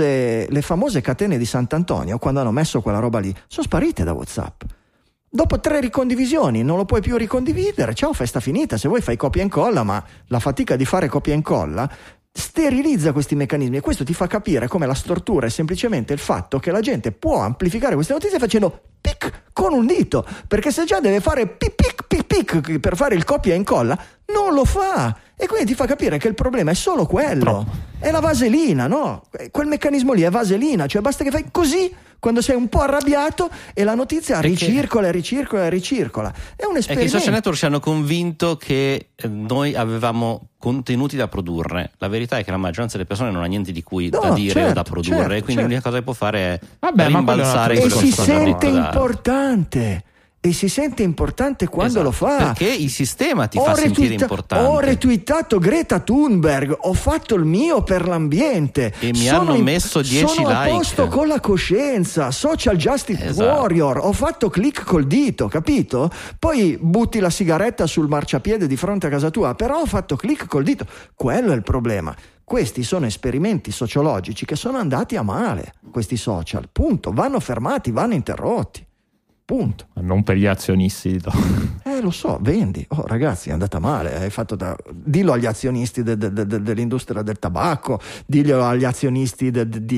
famose catene di Sant'Antonio, quando hanno messo quella roba lì, sono sparite da WhatsApp. Dopo 3 ricondivisioni non lo puoi più ricondividere, ciao, festa finita. Se vuoi fai copia e incolla, ma la fatica di fare copia e incolla sterilizza questi meccanismi, e questo ti fa capire come la stortura è semplicemente il fatto che la gente può amplificare queste notizie facendo pic con un dito, perché se già deve fare pic per fare il copia e incolla, non lo fa, e quindi ti fa capire che il problema è solo quello, è la vaselina, no? Quel meccanismo lì è vaselina, cioè basta che fai così quando sei un po' arrabbiato e la notizia ricircola. È un esperimento. È che i social network ci hanno convinto che noi avevamo contenuti da produrre. La verità è che la maggioranza delle persone non ha niente di cui da dire o da produrre, quindi l'unica cosa che può fare è rimbalzare e si sente importante. E si sente importante quando lo fa, perché il sistema ti fa sentire importante. Ho retweetato Greta Thunberg, ho fatto il mio per l'ambiente e mi hanno messo 10 like. Sono a posto con la coscienza, social justice warrior, ho fatto click col dito, capito? Poi butti la sigaretta sul marciapiede di fronte a casa tua, però ho fatto click col dito. Quello è il problema. Questi sono esperimenti sociologici che sono andati a male, questi social, punto. Vanno fermati, vanno interrotti. Punto. Non per gli azionisti. Lo so, vendi. Oh, ragazzi, è andata male. Hai fatto dillo agli azionisti dell'industria del tabacco, dillo agli azionisti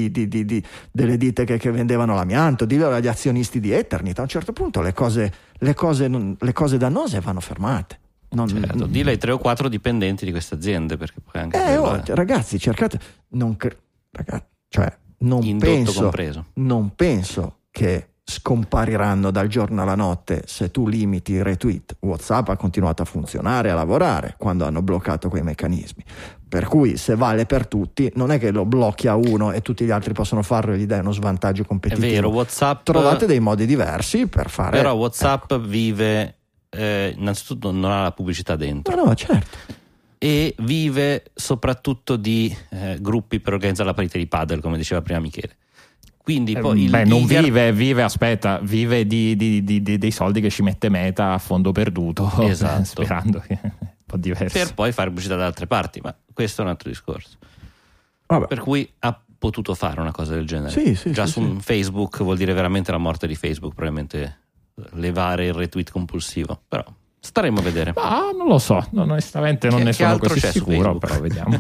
delle ditte che vendevano l'amianto, dillo agli azionisti di Eternit. A un certo punto le cose dannose vanno fermate. Dillo ai 3 o 4 dipendenti di queste aziende, perché poi anche ragazzi, cercate non penso che scompariranno dal giorno alla notte se tu limiti i retweet. WhatsApp ha continuato a funzionare, a lavorare quando hanno bloccato quei meccanismi, per cui se vale per tutti non è che lo blocchi a uno e tutti gli altri possono farlo e gli dai uno svantaggio competitivo. È vero, WhatsApp, trovate dei modi diversi per fare. Però WhatsApp vive innanzitutto non ha la pubblicità dentro. No, certo. E vive soprattutto di gruppi per organizzare la partita di padel, come diceva prima Michele. Quindi poi vive dei soldi che ci mette Meta a fondo perduto, esatto. Sperando che è un po' diverso. Per poi fare pubblicità da altre parti, ma questo è un altro discorso. Vabbè. Per cui ha potuto fare una cosa del genere. Sì, già sì, su Facebook vuol dire veramente la morte di Facebook, probabilmente levare il retweet compulsivo, però staremo a vedere. Ma non lo so, onestamente non ne sono così sicuro, però vediamo.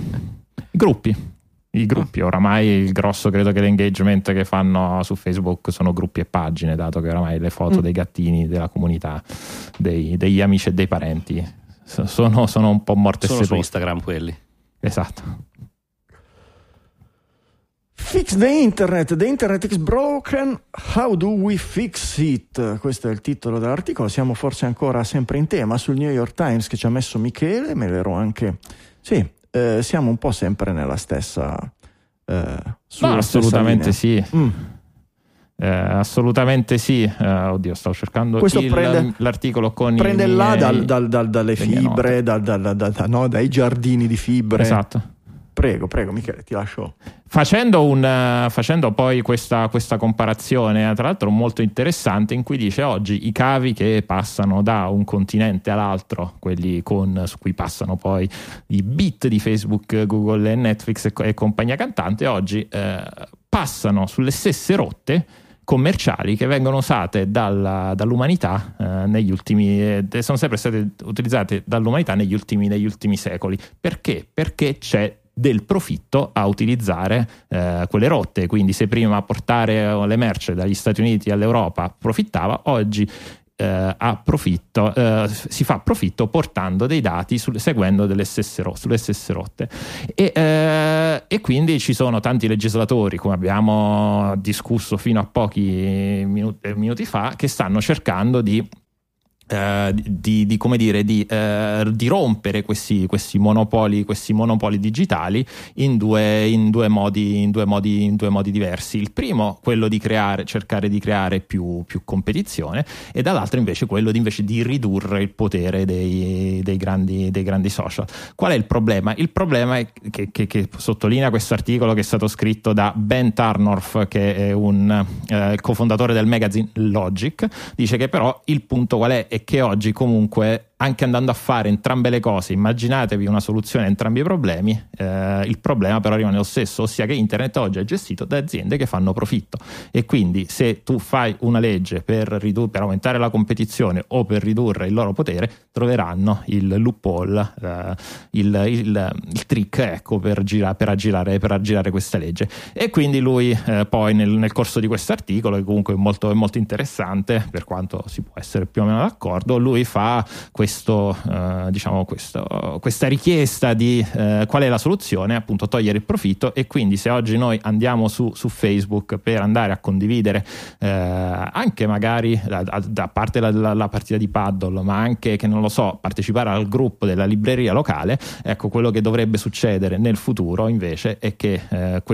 I gruppi, oramai il grosso credo che l'engagement che fanno su Facebook sono gruppi e pagine, dato che oramai le foto dei gattini della comunità, degli amici e dei parenti sono un po' morte e sono sepolte. Su Instagram quelli. Esatto. Fix the internet is broken, how do we fix it? Questo è il titolo dell'articolo, siamo forse ancora sempre in tema sul New York Times che ci ha messo Michele, me l'ero anche... Sì, siamo un po' sempre nella stessa... assolutamente sì. Assolutamente sì. Oddio, stavo cercando l'articolo con prende là dalle fibre, dai giardini di fibre. Esatto. Prego Michele, ti lascio. Facendo poi questa comparazione, tra l'altro molto interessante, in cui dice oggi i cavi che passano da un continente all'altro, quelli su cui passano poi i bit di Facebook, Google e Netflix e compagnia cantante, oggi passano sulle stesse rotte commerciali che vengono usate dall'umanità negli ultimi sono sempre state utilizzate dall'umanità negli ultimi secoli. Perché? Perché c'è del profitto a utilizzare quelle rotte, quindi se prima portare le merci dagli Stati Uniti all'Europa profittava, oggi si fa profitto portando dei dati seguendo sulle stesse rotte e quindi ci sono tanti legislatori, come abbiamo discusso fino a pochi minuti fa, che stanno cercando di rompere questi monopoli digitali in due modi diversi. Il primo, quello di cercare di creare più competizione, e dall'altro invece quello di ridurre il potere dei grandi social. Qual è il problema? Il problema è che sottolinea questo articolo, che è stato scritto da Ben Tarnoff, che è un cofondatore del magazine Logic. Dice che però il punto qual è che oggi comunque, anche andando a fare entrambe le cose, immaginatevi una soluzione a entrambi i problemi, il problema però rimane lo stesso, ossia che internet oggi è gestito da aziende che fanno profitto, e quindi se tu fai una legge per aumentare la competizione o per ridurre il loro potere, troveranno il loophole, il trick, ecco, per aggirare questa legge. E quindi lui poi nel corso di questo articolo, che comunque è molto interessante, per quanto si può essere più o meno d'accordo, lui fa questa richiesta di qual è la soluzione, appunto togliere il profitto. E quindi se oggi noi andiamo su Facebook per andare a condividere anche magari da parte la partita di paddle, ma anche, che non lo so, partecipare al gruppo della libreria locale, ecco, quello che dovrebbe succedere nel futuro invece è che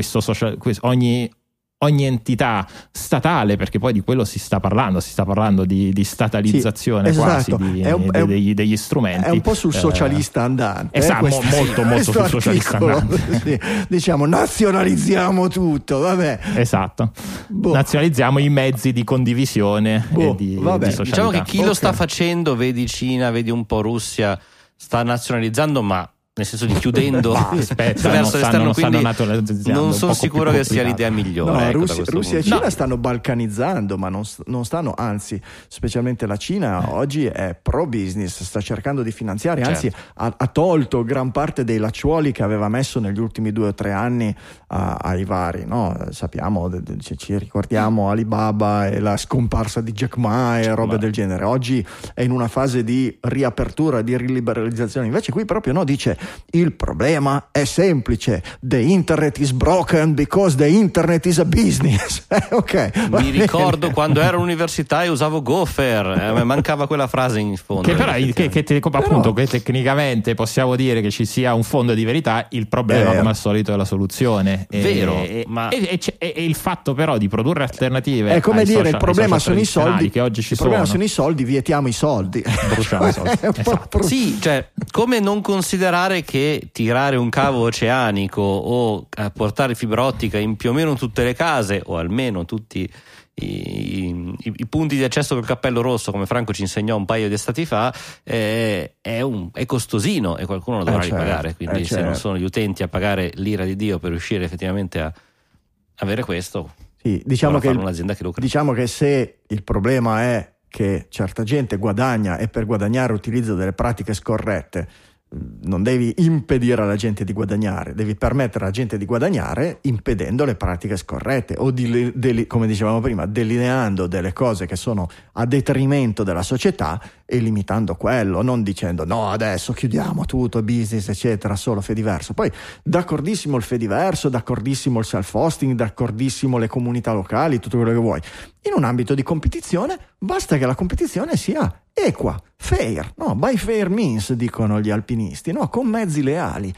ogni entità statale, perché poi di quello si sta parlando di statalizzazione, sì, quasi, esatto, degli strumenti. È un po' sul socialista andante. Esatto, molto sul socialista andante. Sì, diciamo, nazionalizziamo tutto, vabbè. Esatto. Nazionalizziamo i mezzi di condivisione e di socialità. Diciamo che chi lo sta facendo, vedi Cina, vedi un po' Russia, sta nazionalizzando, ma nel senso di chiudendo verso l'esterno, quindi non sono sicuro che sia l'idea migliore. No, Russia e Cina stanno balcanizzando, ma non stanno, anzi, specialmente la Cina oggi è pro business, sta cercando di finanziare, anzi ha tolto gran parte dei lacciuoli che aveva messo negli ultimi 2 o 3 anni ai vari, no? Sappiamo, ci ricordiamo Alibaba e la scomparsa di Jack Ma e roba del genere. Oggi è in una fase di riapertura, di riliberalizzazione. Invece qui proprio dice: il problema è semplice, the internet is broken because the internet is a business. Ok. Mi ricordo quando ero all'università e usavo Gopher, mancava quella frase in fondo. Che però appunto che tecnicamente possiamo dire che ci sia un fondo di verità, il problema come al solito è la soluzione. Vero, ma il fatto però di produrre alternative è come dire il problema sono i soldi che oggi ci sono. Il problema sono i soldi, vietiamo i soldi. Bruciamo i soldi. Sì, cioè come non considerare pensare che tirare un cavo oceanico o portare fibra ottica in più o meno tutte le case, o almeno tutti i punti di accesso col cappello rosso, come Franco ci insegnò un paio di estati fa, è costosino, e qualcuno lo dovrà ripagare. Quindi se non sono gli utenti a pagare l'ira di Dio per riuscire effettivamente a avere questo, sì, diciamo che un'azienda che lucra. Diciamo che se il problema è che certa gente guadagna e per guadagnare utilizza delle pratiche scorrette, non devi impedire alla gente di guadagnare, devi permettere alla gente di guadagnare impedendo le pratiche scorrette o come dicevamo prima, delineando delle cose che sono a detrimento della società e limitando quello, non dicendo no adesso chiudiamo tutto, business eccetera, solo Fediverso. Poi d'accordissimo il Fediverso, d'accordissimo il self-hosting, d'accordissimo le comunità locali, tutto quello che vuoi. In un ambito di competizione basta che la competizione sia equa, fair, no? By fair means, dicono gli alpinisti, no? Con mezzi leali.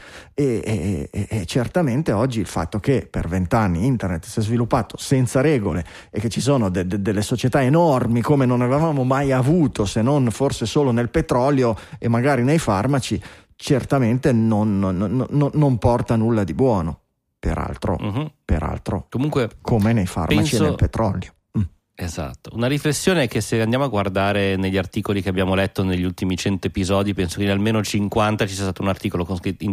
E certamente oggi il fatto che per 20 anni internet si è sviluppato senza regole e che ci sono delle società enormi come non avevamo mai avuto, se non forse solo nel petrolio e magari nei farmaci, certamente non porta nulla di buono. Peraltro, comunque, come nei farmaci e nel petrolio. Esatto, una riflessione è che se andiamo a guardare negli articoli che abbiamo letto negli ultimi 100 episodi, penso che in almeno 50 ci sia stato un articolo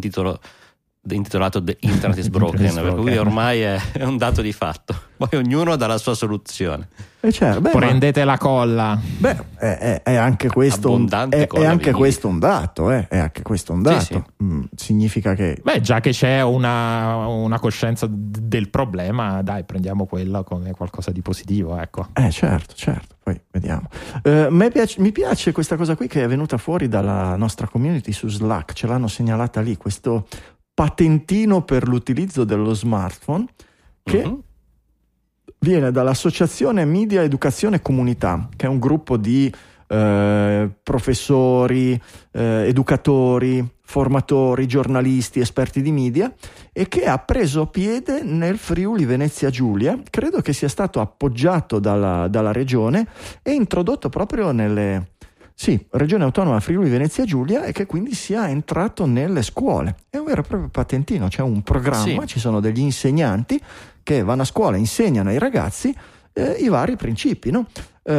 intitolato The Internet is Broken, per cui ormai è un dato di fatto. Poi ognuno dà la sua soluzione. Prendete la colla. È anche questo è anche questo un dato, È anche questo un dato. Sì. Significa che già che c'è una coscienza del problema, dai, prendiamo quella come qualcosa di positivo, ecco. Certo. Poi vediamo. Mi piace questa cosa qui che è venuta fuori dalla nostra community su Slack, ce l'hanno segnalata lì, questo patentino per l'utilizzo dello smartphone che viene dall'associazione Media Educazione Comunità, che è un gruppo di professori, educatori, formatori, giornalisti, esperti di media, e che ha preso piede nel Friuli Venezia Giulia. Credo che sia stato appoggiato dalla regione e introdotto proprio nelle Regione Autonoma Friuli Venezia Giulia, e che quindi sia entrato nelle scuole. È un vero e proprio patentino, c'è un programma, ci sono degli insegnanti che vanno a scuola, insegnano ai ragazzi i vari principi, no?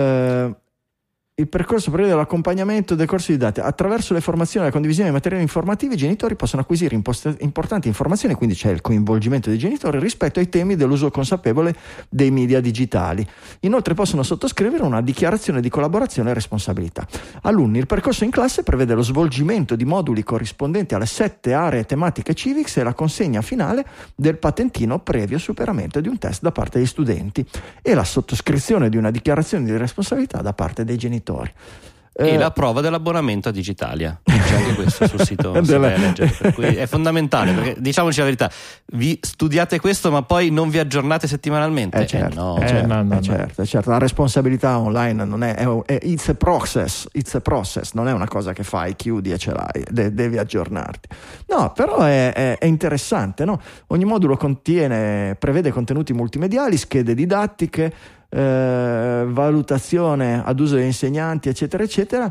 Il percorso prevede l'accompagnamento del corso didattico. Attraverso le formazioni e la condivisione di materiali informativi, i genitori possono acquisire importanti informazioni, quindi c'è il coinvolgimento dei genitori rispetto ai temi dell'uso consapevole dei media digitali. Inoltre possono sottoscrivere una dichiarazione di collaborazione e responsabilità. Alunni, il percorso in classe prevede lo svolgimento di moduli corrispondenti alle 7 aree tematiche civics e la consegna finale del patentino previo superamento di un test da parte degli studenti e la sottoscrizione di una dichiarazione di responsabilità da parte dei genitori. E la prova dell'abbonamento a Digitalia, c'è anche questo sul sito per cui è fondamentale, perché diciamoci la verità, vi studiate questo ma poi non vi aggiornate settimanamente. Certo, la responsabilità online non è it's a process, non è una cosa che fai, chiudi e ce l'hai, devi aggiornarti. No, però è interessante, no? Ogni modulo prevede contenuti multimediali, schede didattiche, valutazione ad uso degli insegnanti, eccetera eccetera.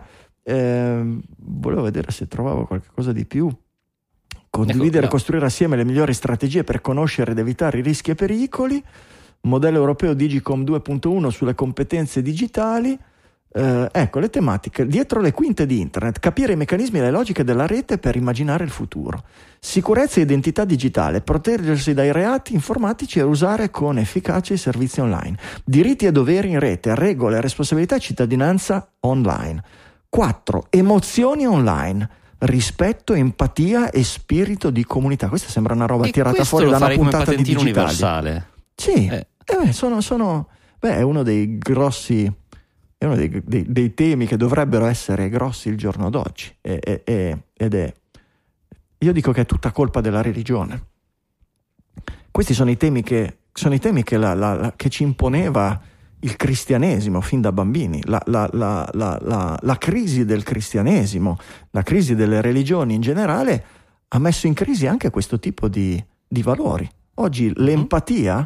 Volevo vedere se trovavo qualcosa di più. Condividere e costruire assieme le migliori strategie per conoscere ed evitare i rischi e pericoli. Modello europeo Digicom 2.1 sulle competenze digitali. Ecco le tematiche dietro le quinte di internet: capire i meccanismi e le logiche della rete per immaginare il futuro, sicurezza e identità digitale, proteggersi dai reati informatici e usare con efficacia i servizi online, diritti e doveri in rete, regole, responsabilità e cittadinanza online. 4. Emozioni online, rispetto, empatia e spirito di comunità. Questa sembra una roba tirata fuori da una puntata di Digitali. Universale. Sì, è uno dei grossi. È uno dei temi che dovrebbero essere grossi il giorno d'oggi, io dico che è tutta colpa della religione. Questi sono i temi che che ci imponeva il cristianesimo fin da bambini, la crisi del cristianesimo, la crisi delle religioni in generale ha messo in crisi anche questo tipo di valori. Oggi l'empatia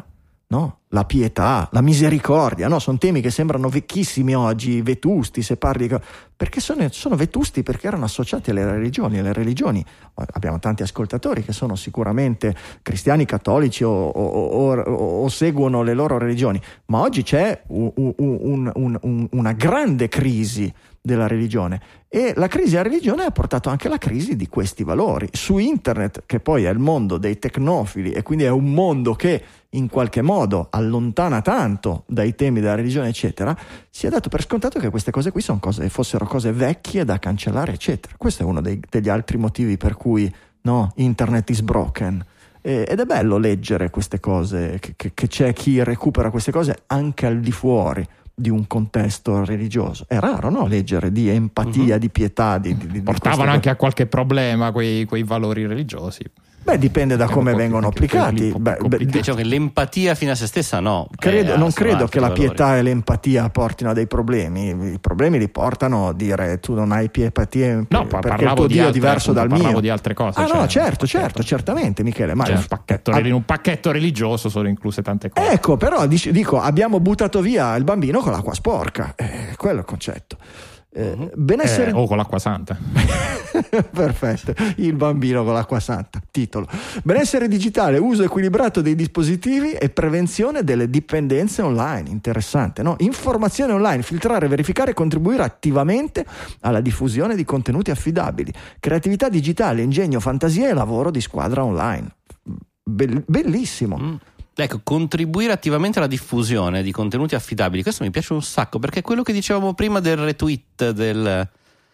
no? La pietà, la misericordia, no? Sono temi che sembrano vecchissimi oggi, vetusti, se parli, perché sono vetusti perché erano associati alle religioni. Le religioni, abbiamo tanti ascoltatori che sono sicuramente cristiani, cattolici o seguono le loro religioni, ma oggi c'è una grande crisi della religione, e la crisi della religione ha portato anche la crisi di questi valori. Su internet, che poi è il mondo dei tecnofili e quindi è un mondo che in qualche modo allontana tanto dai temi della religione eccetera, si è dato per scontato che queste cose qui fossero cose vecchie da cancellare eccetera. Questo è uno degli altri motivi per cui, no, internet is broken. Ed è bello leggere queste cose, che c'è chi recupera queste cose anche al di fuori di un contesto religioso. È raro, no, leggere di empatia, di pietà, portavano anche a qualche problema quei valori religiosi. Beh, dipende da come vengono applicati. Diciamo che l'empatia fino a se stessa no. Non credo che la pietà e l'empatia portino a dei problemi. I problemi li portano a dire tu non hai più empatia, no, perché il tuo Dio è diverso dal mio. Parlavo di altre cose. No, certo, certamente, Michele. Ma in un pacchetto religioso sono incluse tante cose. Ecco, però dico, abbiamo buttato via il bambino con l'acqua sporca. Quello è il concetto. Benessere o con l'acqua santa. Perfetto, il bambino con l'acqua santa, titolo. Benessere digitale, uso equilibrato dei dispositivi e prevenzione delle dipendenze online. Interessante, no? Informazione online, filtrare, verificare e contribuire attivamente alla diffusione di contenuti affidabili. Creatività digitale, ingegno, fantasia e lavoro di squadra online. Bellissimo. Ecco, contribuire attivamente alla diffusione di contenuti affidabili, questo mi piace un sacco, perché è quello che dicevamo prima del retweet,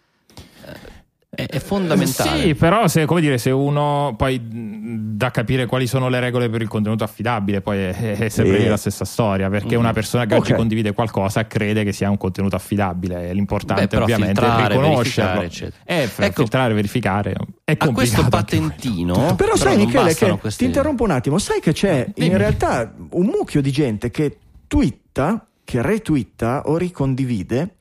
è fondamentale. Sì, però se uno poi da capire quali sono le regole per il contenuto affidabile, poi è sempre la stessa storia, perché una persona che oggi condivide qualcosa crede che sia un contenuto affidabile. L'importante ovviamente è riconoscerlo. Filtrare, verificare. È complicato. A questo patentino. Però sai, Michele, che ti interrompo un attimo, sai che c'è in realtà un mucchio di gente che twitta, che retwitta o ricondivide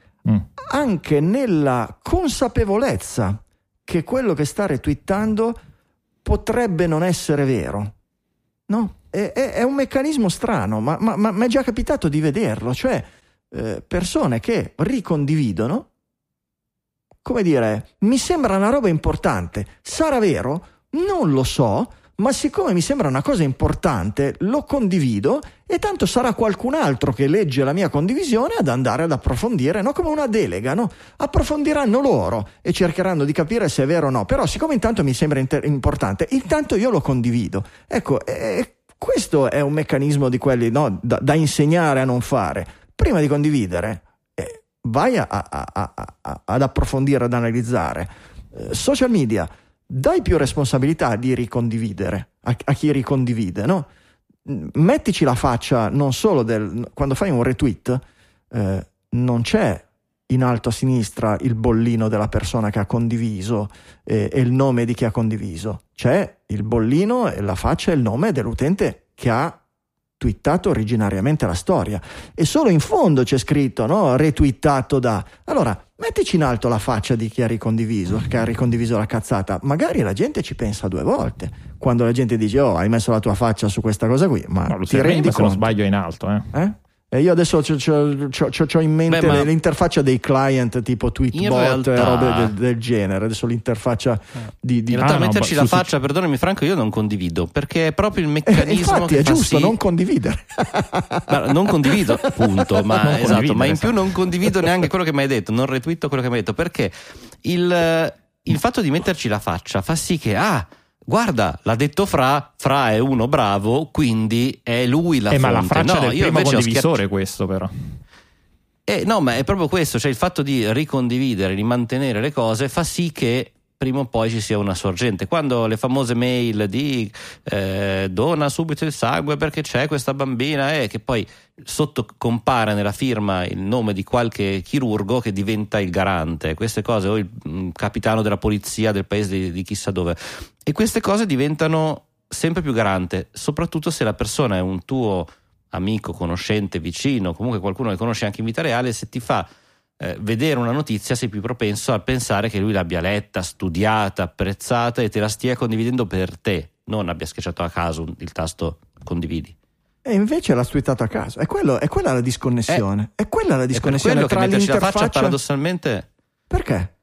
anche nella consapevolezza che quello che sta retweetando potrebbe non essere vero, no? È un meccanismo strano, ma è già capitato di vederlo, cioè persone che ricondividono, come dire, mi sembra una roba importante, sarà vero? Non lo so, ma siccome mi sembra una cosa importante lo condivido, e tanto sarà qualcun altro che legge la mia condivisione ad andare ad approfondire, no? Come una delega, no? Approfondiranno loro e cercheranno di capire se è vero o no, però siccome intanto mi sembra importante, intanto io lo condivido. Ecco, questo è un meccanismo di quelli, no, da insegnare a non fare. Prima di condividere vai ad approfondire, ad analizzare. Social media, dai più responsabilità di ricondividere a chi ricondivide, no? Mettici la faccia non solo quando fai un retweet, non c'è in alto a sinistra il bollino della persona che ha condiviso e il nome di chi ha condiviso, c'è il bollino e la faccia e il nome dell'utente che ha twittato originariamente la storia, e solo in fondo c'è scritto, no, retweetato da. Allora mettici in alto la faccia di chi ha ricondiviso la cazzata. Magari la gente ci pensa due volte quando la gente dice hai messo la tua faccia su questa cosa qui, ma no, ti rendi conto? Se non sbaglio è in alto, E io adesso c'ho in mente l'interfaccia dei client tipo Tweetbot e robe del genere. Adesso l'interfaccia di in realtà metterci la faccia, perdonami Franco, io non condivido, perché è proprio il meccanismo infatti che è giusto non condividere. Non condivido, punto. Ma esatto, ma in più non condivido neanche quello che mi hai detto, non retweeto quello che mi hai detto, perché il fatto di metterci la faccia fa sì che guarda, l'ha detto Fra è uno bravo, quindi è lui la fonte. Ma la faccia del primo condivisore questo però. No, ma è proprio questo, cioè il fatto di ricondividere, di mantenere le cose fa sì che prima o poi ci sia una sorgente. Quando le famose mail di dona subito il sangue perché c'è questa bambina, che poi sotto compare nella firma il nome di qualche chirurgo che diventa il garante, queste cose, o il capitano della polizia del paese di chissà dove, e queste cose diventano sempre più garante, soprattutto se la persona è un tuo amico, conoscente, vicino, comunque qualcuno che conosci anche in vita reale. Se ti fa vedere una notizia sei più propenso a pensare che lui l'abbia letta, studiata, apprezzata e te la stia condividendo per te, non abbia schiacciato a caso il tasto condividi. E invece l'ha twittato a caso. È quella la disconnessione. È quella la disconnessione è per quello tra che metterci la l'interfaccia. faccia paradossalmente Perché?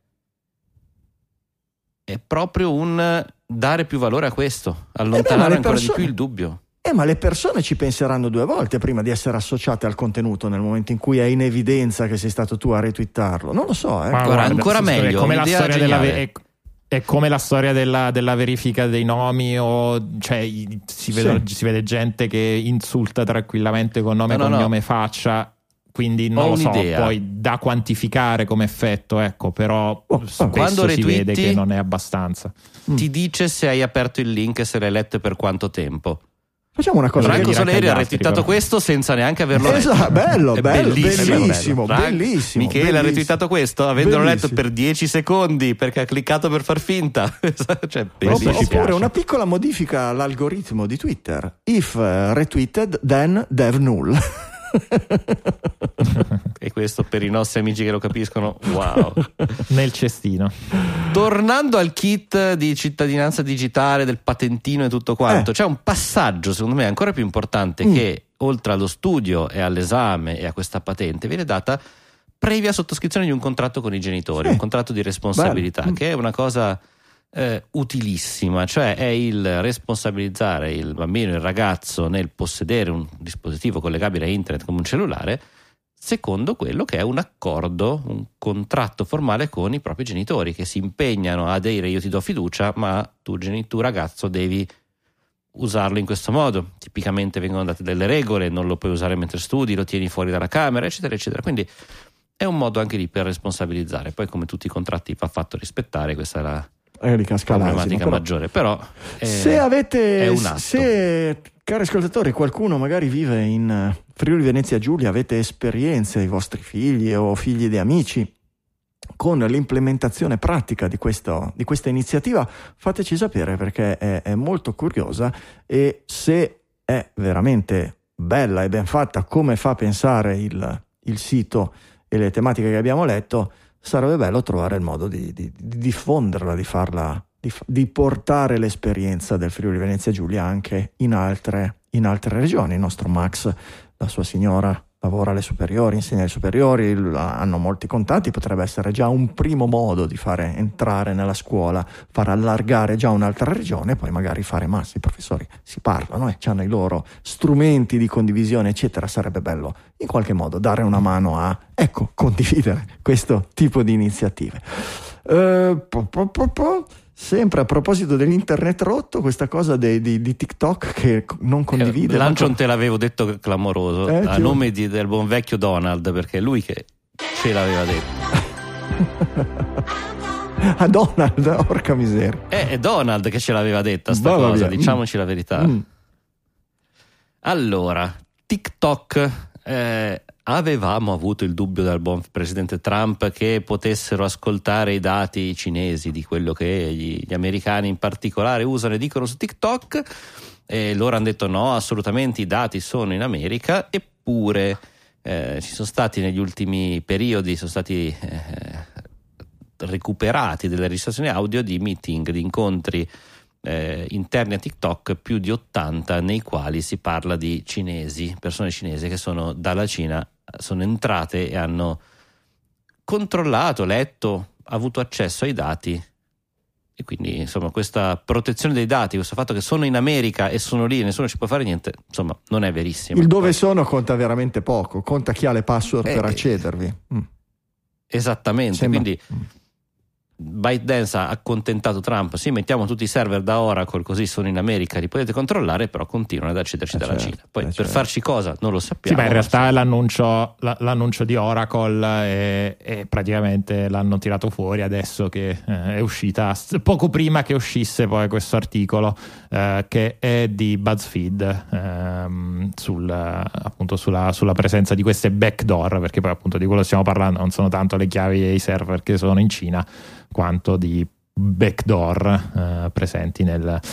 è proprio un dare più valore a questo, allontanare ancora di più il dubbio. Ma le persone ci penseranno 2 volte prima di essere associate al contenuto nel momento in cui è in evidenza che sei stato tu a retweetablo. Non lo so. Ma Guarda, ancora meglio. È come la un'idea storia geniale. è come la storia della verifica dei nomi, o cioè si vede gente che insulta tranquillamente con nome, cognome e faccia, quindi non lo so, poi da quantificare come effetto, ecco, però spesso quando si vede che non è abbastanza. Ti dice se hai aperto il link e se l'hai letto e per quanto tempo. Facciamo una cosa. Franco Soleri ha retweetato questo senza neanche averlo letto. Esatto, bello, bellissimo. Michele ha retweetato questo avendolo letto per 10 secondi perché ha cliccato per far finta. Cioè, oppure una piccola modifica all'algoritmo di Twitter. If retweeted, then dev null. E questo per i nostri amici che lo capiscono, wow. Nel cestino. Tornando al kit di cittadinanza digitale, del patentino e tutto quanto, c'è un passaggio secondo me ancora più importante che oltre allo studio e all'esame e a questa patente viene data previa sottoscrizione di un contratto con i genitori, un contratto di responsabilità, che è una cosa utilissima, cioè è il responsabilizzare il bambino, il ragazzo nel possedere un dispositivo collegabile a internet come un cellulare, secondo quello che è un accordo, un contratto formale con i propri genitori, che si impegnano a dire: io ti do fiducia, ma tu ragazzo devi usarlo in questo modo. Tipicamente vengono date delle regole: non lo puoi usare mentre studi, lo tieni fuori dalla camera, eccetera eccetera. Quindi è un modo anche lì per responsabilizzare. Poi, come tutti i contratti, va fatto rispettare. Questa è la problematica maggiore, però se avete, è un atto. Se, cari ascoltatori, qualcuno magari vive in Friuli Venezia Giulia, avete esperienze, i vostri figli o figli di amici, con l'implementazione pratica di questa iniziativa, fateci sapere, perché è molto curiosa, e se è veramente bella e ben fatta come fa pensare il sito e le tematiche che abbiamo letto, sarebbe bello trovare il modo di diffonderla, di farla, di portare l'esperienza del Friuli Venezia Giulia anche in altre regioni. Il nostro Max, la sua signora, lavora alle superiori, insegna alle superiori, hanno molti contatti, potrebbe essere già un primo modo di fare entrare nella scuola, far allargare già un'altra regione, poi magari fare i professori si parlano e hanno i loro strumenti di condivisione, eccetera. Sarebbe bello in qualche modo dare una mano a, condividere questo tipo di iniziative. Sempre a proposito dell'internet rotto, questa cosa di TikTok che non condivide. L'ancio non te l'avevo detto clamoroso, a nome del buon vecchio Donald, perché è lui che ce l'aveva detto. A Donald, porca miseria. È Donald che ce l'aveva detta sta cosa, diciamoci la verità. Allora, TikTok, avevamo avuto il dubbio dal buon presidente Trump che potessero ascoltare i dati cinesi di quello che gli americani in particolare usano e dicono su TikTok, e loro hanno detto no, assolutamente i dati sono in America. Eppure ci sono stati negli ultimi periodi, sono stati recuperati delle registrazioni audio di meeting, di incontri interni a TikTok, più di 80, nei quali si parla di cinesi, persone cinesi che sono dalla Cina, sono entrate e hanno controllato, letto, avuto accesso ai dati. E quindi insomma questa protezione dei dati, questo fatto che sono in America e sono lì e nessuno ci può fare niente, insomma non è verissimo. Il dove sono conta veramente poco, conta chi ha le password per accedervi. Esattamente. Quindi ByteDance ha accontentato Trump: sì, mettiamo tutti i server da Oracle, così sono in America, li potete controllare, però continuano ad accederci dalla Cina. Poi per farci cosa non lo sappiamo. Sì, ma in realtà l'annuncio di Oracle è praticamente l'hanno tirato fuori adesso che è uscita, poco prima che uscisse poi questo articolo che è di BuzzFeed appunto sulla presenza di queste backdoor, perché poi appunto di quello stiamo parlando non sono tanto le chiavi e i server che sono in Cina, quanto di backdoor presenti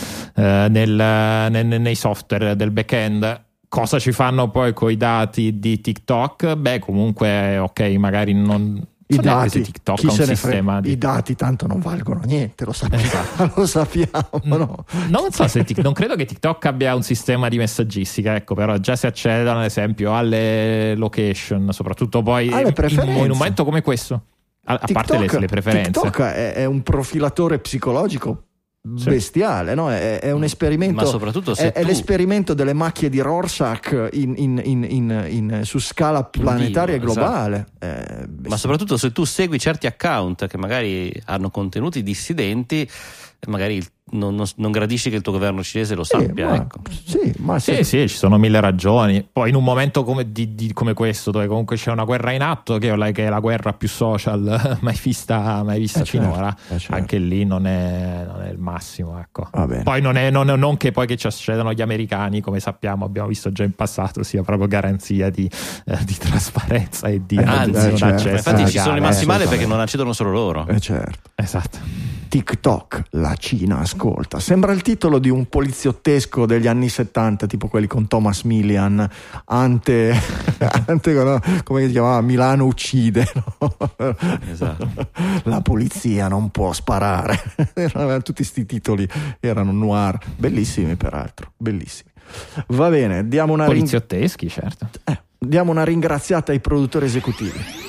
nei software del back-end. Cosa ci fanno poi coi dati di TikTok? Beh, comunque, ok, magari non I dati, TikTok chi ha un se ne sistema frega, di... i dati tanto non valgono niente, lo sappiamo, lo sappiamo. No? Non so se non credo che TikTok abbia un sistema di messaggistica, ecco, però già si accedono ad esempio alle location, soprattutto poi alle preferenze. in un momento come questo, a parte le preferenze. TikTok è un profilatore psicologico bestiale, no? È un esperimento, ma soprattutto se è l'esperimento delle macchie di Rorschach su scala planetaria e globale. Esatto. Ma soprattutto se tu segui certi account che magari hanno contenuti dissidenti, magari non gradisci che il tuo governo cinese lo sappia. Ecco. Sì, ci sono mille ragioni. Poi in un momento come questo, dove comunque c'è una guerra in atto, che è la guerra più social mai vista finora, certo. Anche lì non è il massimo, ecco. Poi non che poi che ci accedono gli americani, come sappiamo, abbiamo visto già in passato, sia proprio garanzia di trasparenza e di accesso. Infatti ci sono rimasti male perché non accedono solo loro. Certo. Esatto. TikTok, la Cina ascolta. Sembra il titolo di un poliziottesco degli anni 70, tipo quelli con Thomas Millian, ante come si chiamava? Milano uccide, no? Esatto. La polizia non può sparare. Tutti sti titoli erano noir, bellissimi peraltro, bellissimi. Va bene, diamo una poliziotteschi, certo. Diamo una ringraziata ai produttori esecutivi.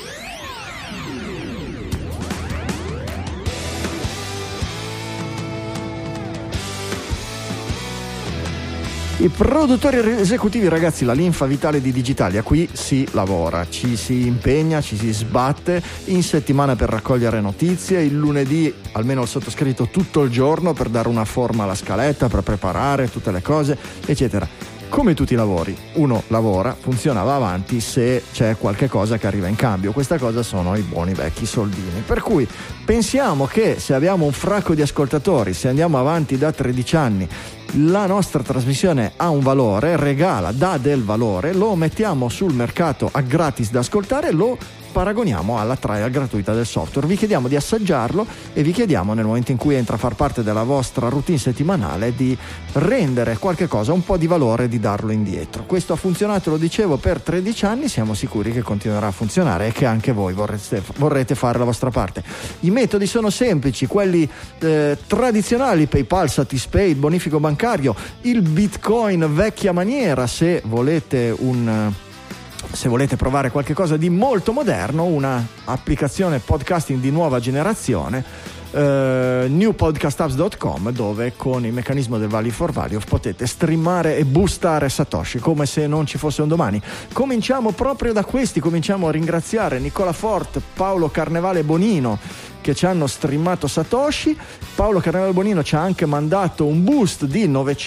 I produttori esecutivi, ragazzi, la linfa vitale di Digitalia. Qui si lavora, ci si impegna, ci si sbatte in settimana per raccogliere notizie, il lunedì almeno il sottoscritto tutto il giorno per dare una forma alla scaletta, per preparare tutte le cose, eccetera. Come tutti i lavori, uno lavora, funziona, va avanti se c'è qualche cosa che arriva in cambio. Questa cosa sono i buoni vecchi soldini. Per cui pensiamo che se abbiamo un fracco di ascoltatori, se andiamo avanti da 13 anni, la nostra trasmissione ha un valore, regala, dà del valore, lo mettiamo sul mercato a gratis da ascoltare, lo paragoniamo alla trial gratuita del software. Vi chiediamo di assaggiarlo e vi chiediamo, nel momento in cui entra a far parte della vostra routine settimanale, di rendere qualche cosa un po' di valore e di darlo indietro. Questo ha funzionato, lo dicevo, per 13 anni, siamo sicuri che continuerà a funzionare e che anche voi vorrete fare la vostra parte. I metodi sono semplici, quelli tradizionali: PayPal, Satispay, il bonifico bancario, il Bitcoin vecchia maniera, se volete provare qualche cosa di molto moderno, una applicazione podcasting di nuova generazione, newpodcastapps.com, dove con il meccanismo del value for value potete streamare e boostare Satoshi come se non ci fosse un domani. Cominciamo proprio da questi, cominciamo a ringraziare Nicola Fort, Paolo Carnevale Bonino, che ci hanno streamato Satoshi. Paolo Carnevale Bonino ci ha anche mandato un boost di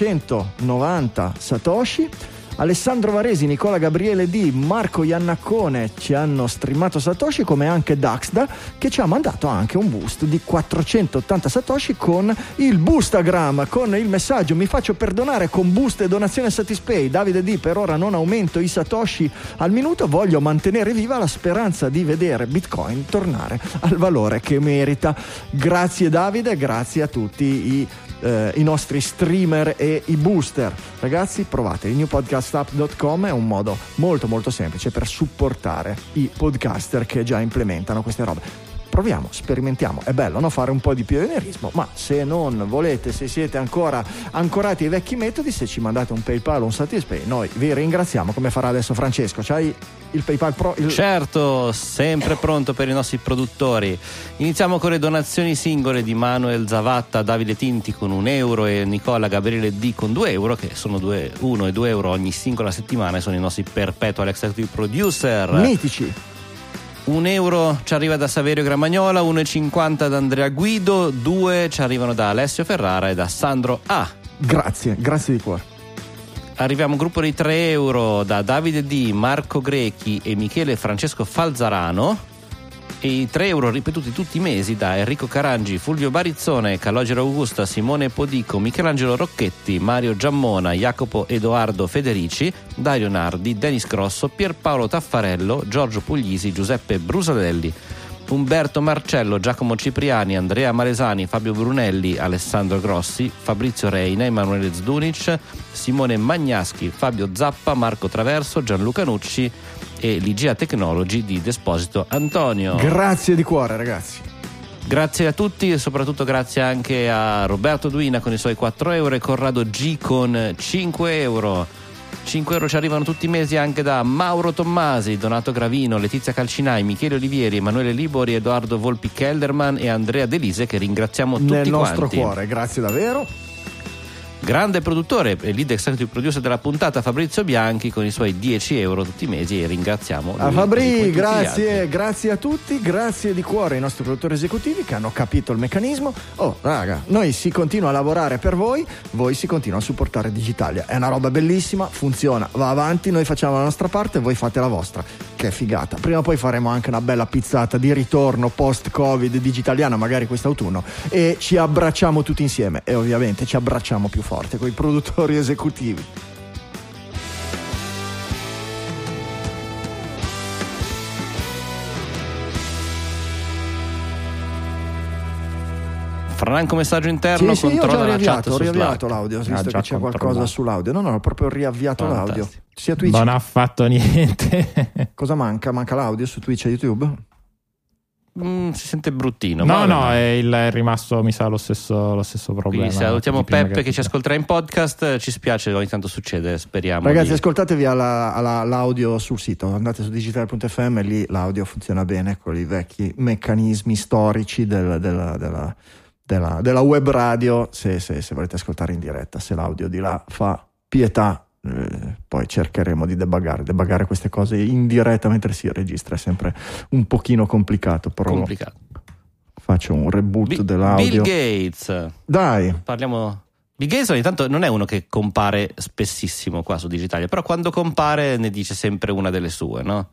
990 Satoshi. Alessandro Varesi, Nicola Gabriele D, Marco Iannaccone ci hanno streamato Satoshi, come anche Daxda, che ci ha mandato anche un boost di 480 Satoshi con il Boostagram, con il messaggio: mi faccio perdonare con boost e donazione Satispay. Davide D, per ora non aumento i Satoshi al minuto, voglio mantenere viva la speranza di vedere Bitcoin tornare al valore che merita. Grazie Davide, grazie a tutti i nostri streamer e i booster. Ragazzi, provate il newpodcastapp.com, è un modo molto molto semplice per supportare i podcaster che già implementano queste robe. Proviamo, sperimentiamo, è bello, no? Fare un po' di pionierismo, ma se non volete, se siete ancora ancorati ai vecchi metodi, se ci mandate un PayPal o un Satispay, noi vi ringraziamo, come farà adesso Francesco. C'hai il PayPal Pro? Certo, sempre pronto per i nostri produttori. Iniziamo con le donazioni singole di Manuel Zavatta, Davide Tinti con €1 e Nicola Gabriele D con €2, che sono 1 e €2 ogni singola settimana, e sono i nostri perpetual executive producer mitici. €1 ci arriva da Saverio Gramagnola, 1,50 da Andrea Guido, 2 ci arrivano da Alessio Ferrara e da Sandro A. Grazie di cuore. Arriviamo a un gruppo di €3 da Davide D, Marco Grechi e Michele Francesco Falzarano, e i €3 ripetuti tutti i mesi da Enrico Carangi, Fulvio Barizzone, Calogero Augusta, Simone Podico, Michelangelo Rocchetti, Mario Giammona, Jacopo Edoardo Federici, Dario Nardi, Denis Grosso, Pierpaolo Taffarello, Giorgio Puglisi, Giuseppe Brusadelli, Umberto Marcello, Giacomo Cipriani, Andrea Malesani, Fabio Brunelli, Alessandro Grossi, Fabrizio Reina, Emanuele Zdunic, Simone Magnaschi, Fabio Zappa, Marco Traverso, Gianluca Nucci e l'IGEA Technology di Desposito Antonio. Grazie di cuore, ragazzi. Grazie a tutti e soprattutto grazie anche a Roberto Duina con i suoi 4 euro e Corrado G con 5 euro. 5 euro ci arrivano tutti i mesi anche da Mauro Tommasi, Donato Gravino, Letizia Calcinai, Michele Olivieri, Emanuele Libori, Edoardo Volpi Kelderman e Andrea Delise, che ringraziamo tutti nel nostro quanti. cuore, grazie davvero. Grande produttore e lead executive producer della puntata Fabrizio Bianchi con i suoi 10 euro tutti i mesi, e ringraziamo A lui, Fabri, grazie a tutti, grazie di cuore ai nostri produttori esecutivi che hanno capito il meccanismo. Oh raga, noi si continua a lavorare per voi si continua a supportare Digitalia, è una roba bellissima, funziona, va avanti, noi facciamo la nostra parte, voi fate la vostra, che figata. Prima o poi faremo anche una bella pizzata di ritorno post Covid digitaliana, magari quest'autunno, e ci abbracciamo tutti insieme, e ovviamente ci abbracciamo più forte con i produttori esecutivi. Franco, messaggio interno, sì, io ho controlla già la chat ho su riavviato Slack. l'audio, ho visto che c'è qualcosa sull'audio. No, ho proprio riavviato l'audio. Sia Twitch. Non ha fatto niente. Cosa manca? Manca l'audio su Twitch e YouTube? Si sente bruttino. No, è rimasto, mi sa, lo stesso problema. Quindi salutiamo Peppe che ci ascolterà in podcast. Ci spiace, ogni tanto succede, speriamo. Ragazzi, ascoltatevi l'audio sul sito, andate su digitale.fm, lì l'audio funziona bene con i vecchi meccanismi storici della web radio. Se volete ascoltare in diretta, se l'audio di là fa pietà, poi cercheremo di debuggare queste cose in diretta mentre si registra, è sempre un pochino complicato, però faccio un reboot dell'audio. Bill Gates, dai, parliamo. Bill Gates ogni tanto non è uno che compare spessissimo qua su Digitalia, però quando compare ne dice sempre una delle sue, no?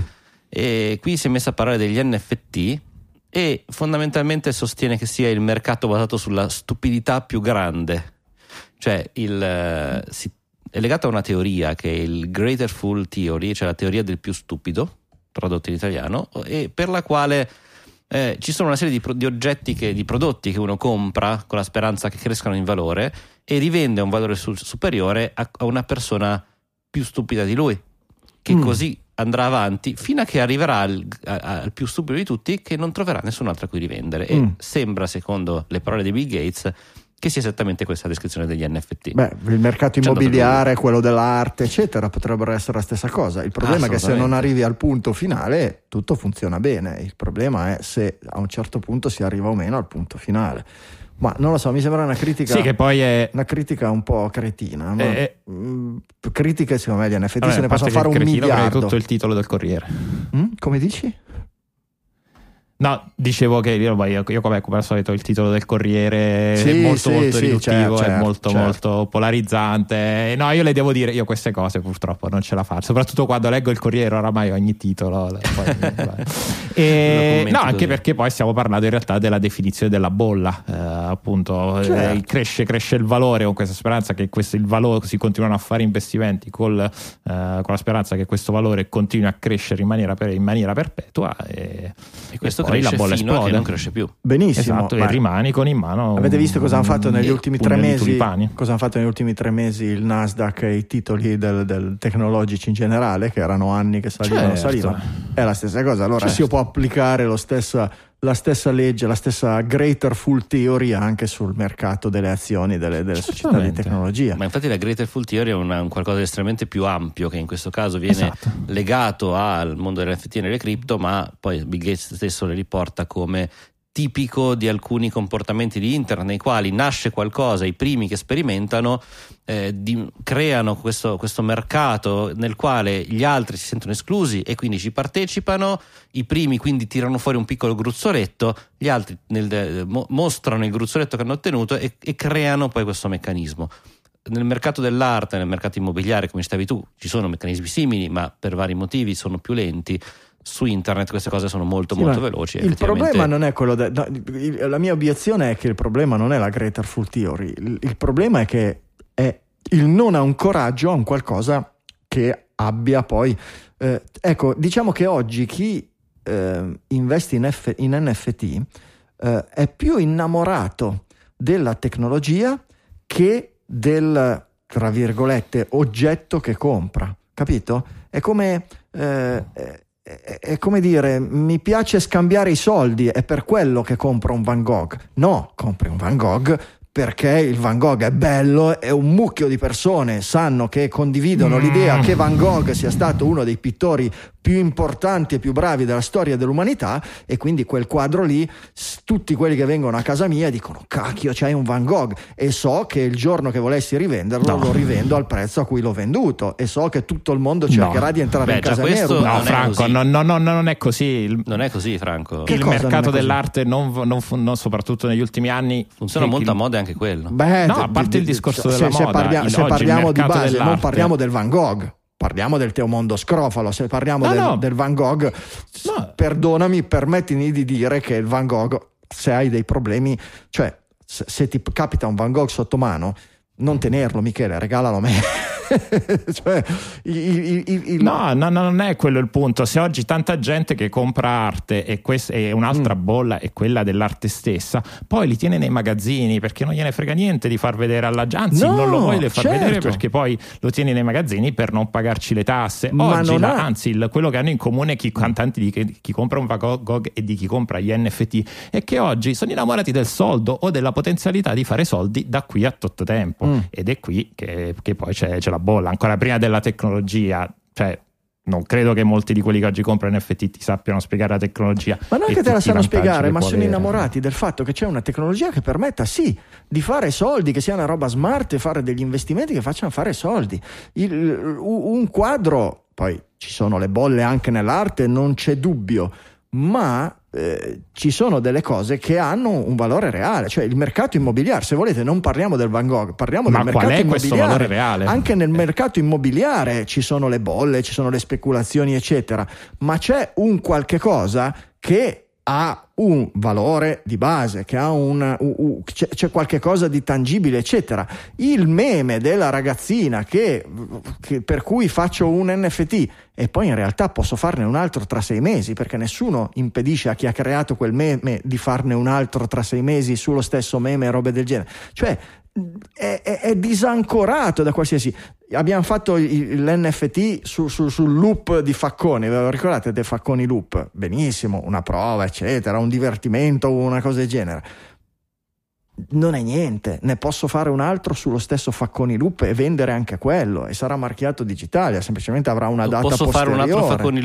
E qui si è messo a parlare degli NFT e fondamentalmente sostiene che sia il mercato basato sulla stupidità più grande, cioè è legato a una teoria che è il Greater Fool Theory, cioè la teoria del più stupido, tradotto in italiano, e per la quale ci sono una serie di oggetti, di prodotti che uno compra con la speranza che crescano in valore e rivende a un valore superiore a una persona più stupida di lui, che così andrà avanti fino a che arriverà al più stupido di tutti, che non troverà nessun altro a cui rivendere. E sembra, secondo le parole di Bill Gates, che sia esattamente questa descrizione degli NFT. Beh, il mercato immobiliare, quello dell'arte, eccetera, potrebbero essere la stessa cosa. Il problema è che se non arrivi al punto finale tutto funziona bene. Il problema è se a un certo punto si arriva o meno al punto finale. Ma non lo so, mi sembra una critica. Sì, che poi è una critica un po' cretina. Critiche, secondo me, gli NFT se ne possono fare un miliardo. Tutto il titolo del Corriere. Come dici? No, dicevo che io come al solito il titolo del Corriere è molto riduttivo, certo, è molto polarizzante. No, io le devo dire, io queste cose purtroppo non ce la faccio, soprattutto quando leggo il Corriere, oramai ogni titolo no, anche perché poi stiamo parlando in realtà della definizione della bolla, appunto, cresce il valore con questa speranza che il valore, si continuano a fare investimenti con la speranza che questo valore continui a crescere in maniera perpetua, e questo poi la bolla fino a che non cresce più. Benissimo. Esatto, e rimani con in mano. Avete visto cosa hanno fatto negli ultimi 3 mesi? Cosa hanno fatto negli ultimi 3 mesi il Nasdaq e i titoli del tecnologici in generale, che erano anni che salivano. È la stessa cosa. Allora si può applicare la stessa legge, la stessa Greater Fool Theory anche sul mercato delle azioni delle società di tecnologia. Ma infatti la Greater Fool Theory è un qualcosa di estremamente più ampio, che in questo caso viene legato al mondo delle NFT e delle cripto, ma poi Bill Gates stesso le riporta come tipico di alcuni comportamenti di internet nei quali nasce qualcosa, i primi che sperimentano creano questo mercato nel quale gli altri si sentono esclusi e quindi ci partecipano, i primi quindi tirano fuori un piccolo gruzzoletto, gli altri mostrano il gruzzoletto che hanno ottenuto e creano poi questo meccanismo. Nel mercato dell'arte, nel mercato immobiliare, come stavi tu, ci sono meccanismi simili, ma per vari motivi sono più lenti. Su internet queste cose sono molto veloci. Il problema non è quello la mia obiezione è che il problema non è la Greater Fool Theory, il problema è che è il non ancoraggio a un qualcosa che abbia poi ecco, diciamo che oggi chi investe in NFT è più innamorato della tecnologia che del, tra virgolette, oggetto che compra, capito? È come dire, mi piace scambiare i soldi, è per quello che compro un Van Gogh. No, compri un Van Gogh perché il Van Gogh è bello e un mucchio di persone sanno che condividono l'idea che Van Gogh sia stato uno dei pittori più importanti e più bravi della storia dell'umanità, e quindi quel quadro lì, tutti quelli che vengono a casa mia dicono cacchio, c'hai un Van Gogh, e so che il giorno che volessi rivenderlo lo rivendo al prezzo a cui l'ho venduto, e so che tutto il mondo cercherà di entrare in casa mia. No, Franco, non è così. Non è così, Franco. Il mercato dell'arte non soprattutto negli ultimi anni funziona molto a moda anche quello. Beh, no, a parte il discorso della moda, se parliamo di base, non parliamo del Van Gogh, parliamo del Teomondo Scrofalo. Se parliamo del Van Gogh, perdonami, permettimi di dire che il Van Gogh, se hai dei problemi, cioè se ti capita un Van Gogh sotto mano, non tenerlo, Michele, regalalo a me. Cioè, no, non è quello il punto. Se oggi tanta gente che compra arte, e questa è un'altra bolla, è quella dell'arte stessa, poi li tiene nei magazzini perché non gliene frega niente di far vedere alla gente, anzi non lo vuole far vedere perché poi lo tieni nei magazzini per non pagarci le tasse. Oggi anzi quello che hanno in comune tanti di chi compra un Van Gogh e di chi compra gli NFT è che oggi sono innamorati del soldo o della potenzialità di fare soldi da qui a tot tempo, ed è qui che poi c'è la bolla, ancora prima della tecnologia. Cioè, non credo che molti di quelli che oggi comprano NFT ti sappiano spiegare la tecnologia. Ma non è che te la sanno spiegare, ma sono innamorati del fatto che c'è una tecnologia che permetta di fare soldi, che sia una roba smart e fare degli investimenti che facciano fare soldi. Un quadro, poi ci sono le bolle anche nell'arte, non c'è dubbio, ma ci sono delle cose che hanno un valore reale, cioè il mercato immobiliare. Se volete non parliamo del Van Gogh, parliamo del mercato immobiliare. Questo valore reale? Anche nel mercato immobiliare ci sono le bolle, ci sono le speculazioni eccetera, ma c'è un qualche cosa che ha un valore di base, che ha c'è qualche cosa di tangibile eccetera. Il meme della ragazzina che per cui faccio un NFT e poi in realtà posso farne un altro tra 6 mesi, perché nessuno impedisce a chi ha creato quel meme di farne un altro tra 6 mesi sullo stesso meme e robe del genere. Cioè è disancorato da qualsiasi. Abbiamo fatto l'NFT sul loop di Facconi, ve lo ricordate del Facconi loop? Benissimo, una prova eccetera, un divertimento, una cosa del genere. Non è niente, ne posso fare un altro sullo stesso Facconi loop e vendere anche quello, e sarà marchiato Digitalia, semplicemente avrà una data posteriore. Posso fare un altro Facconi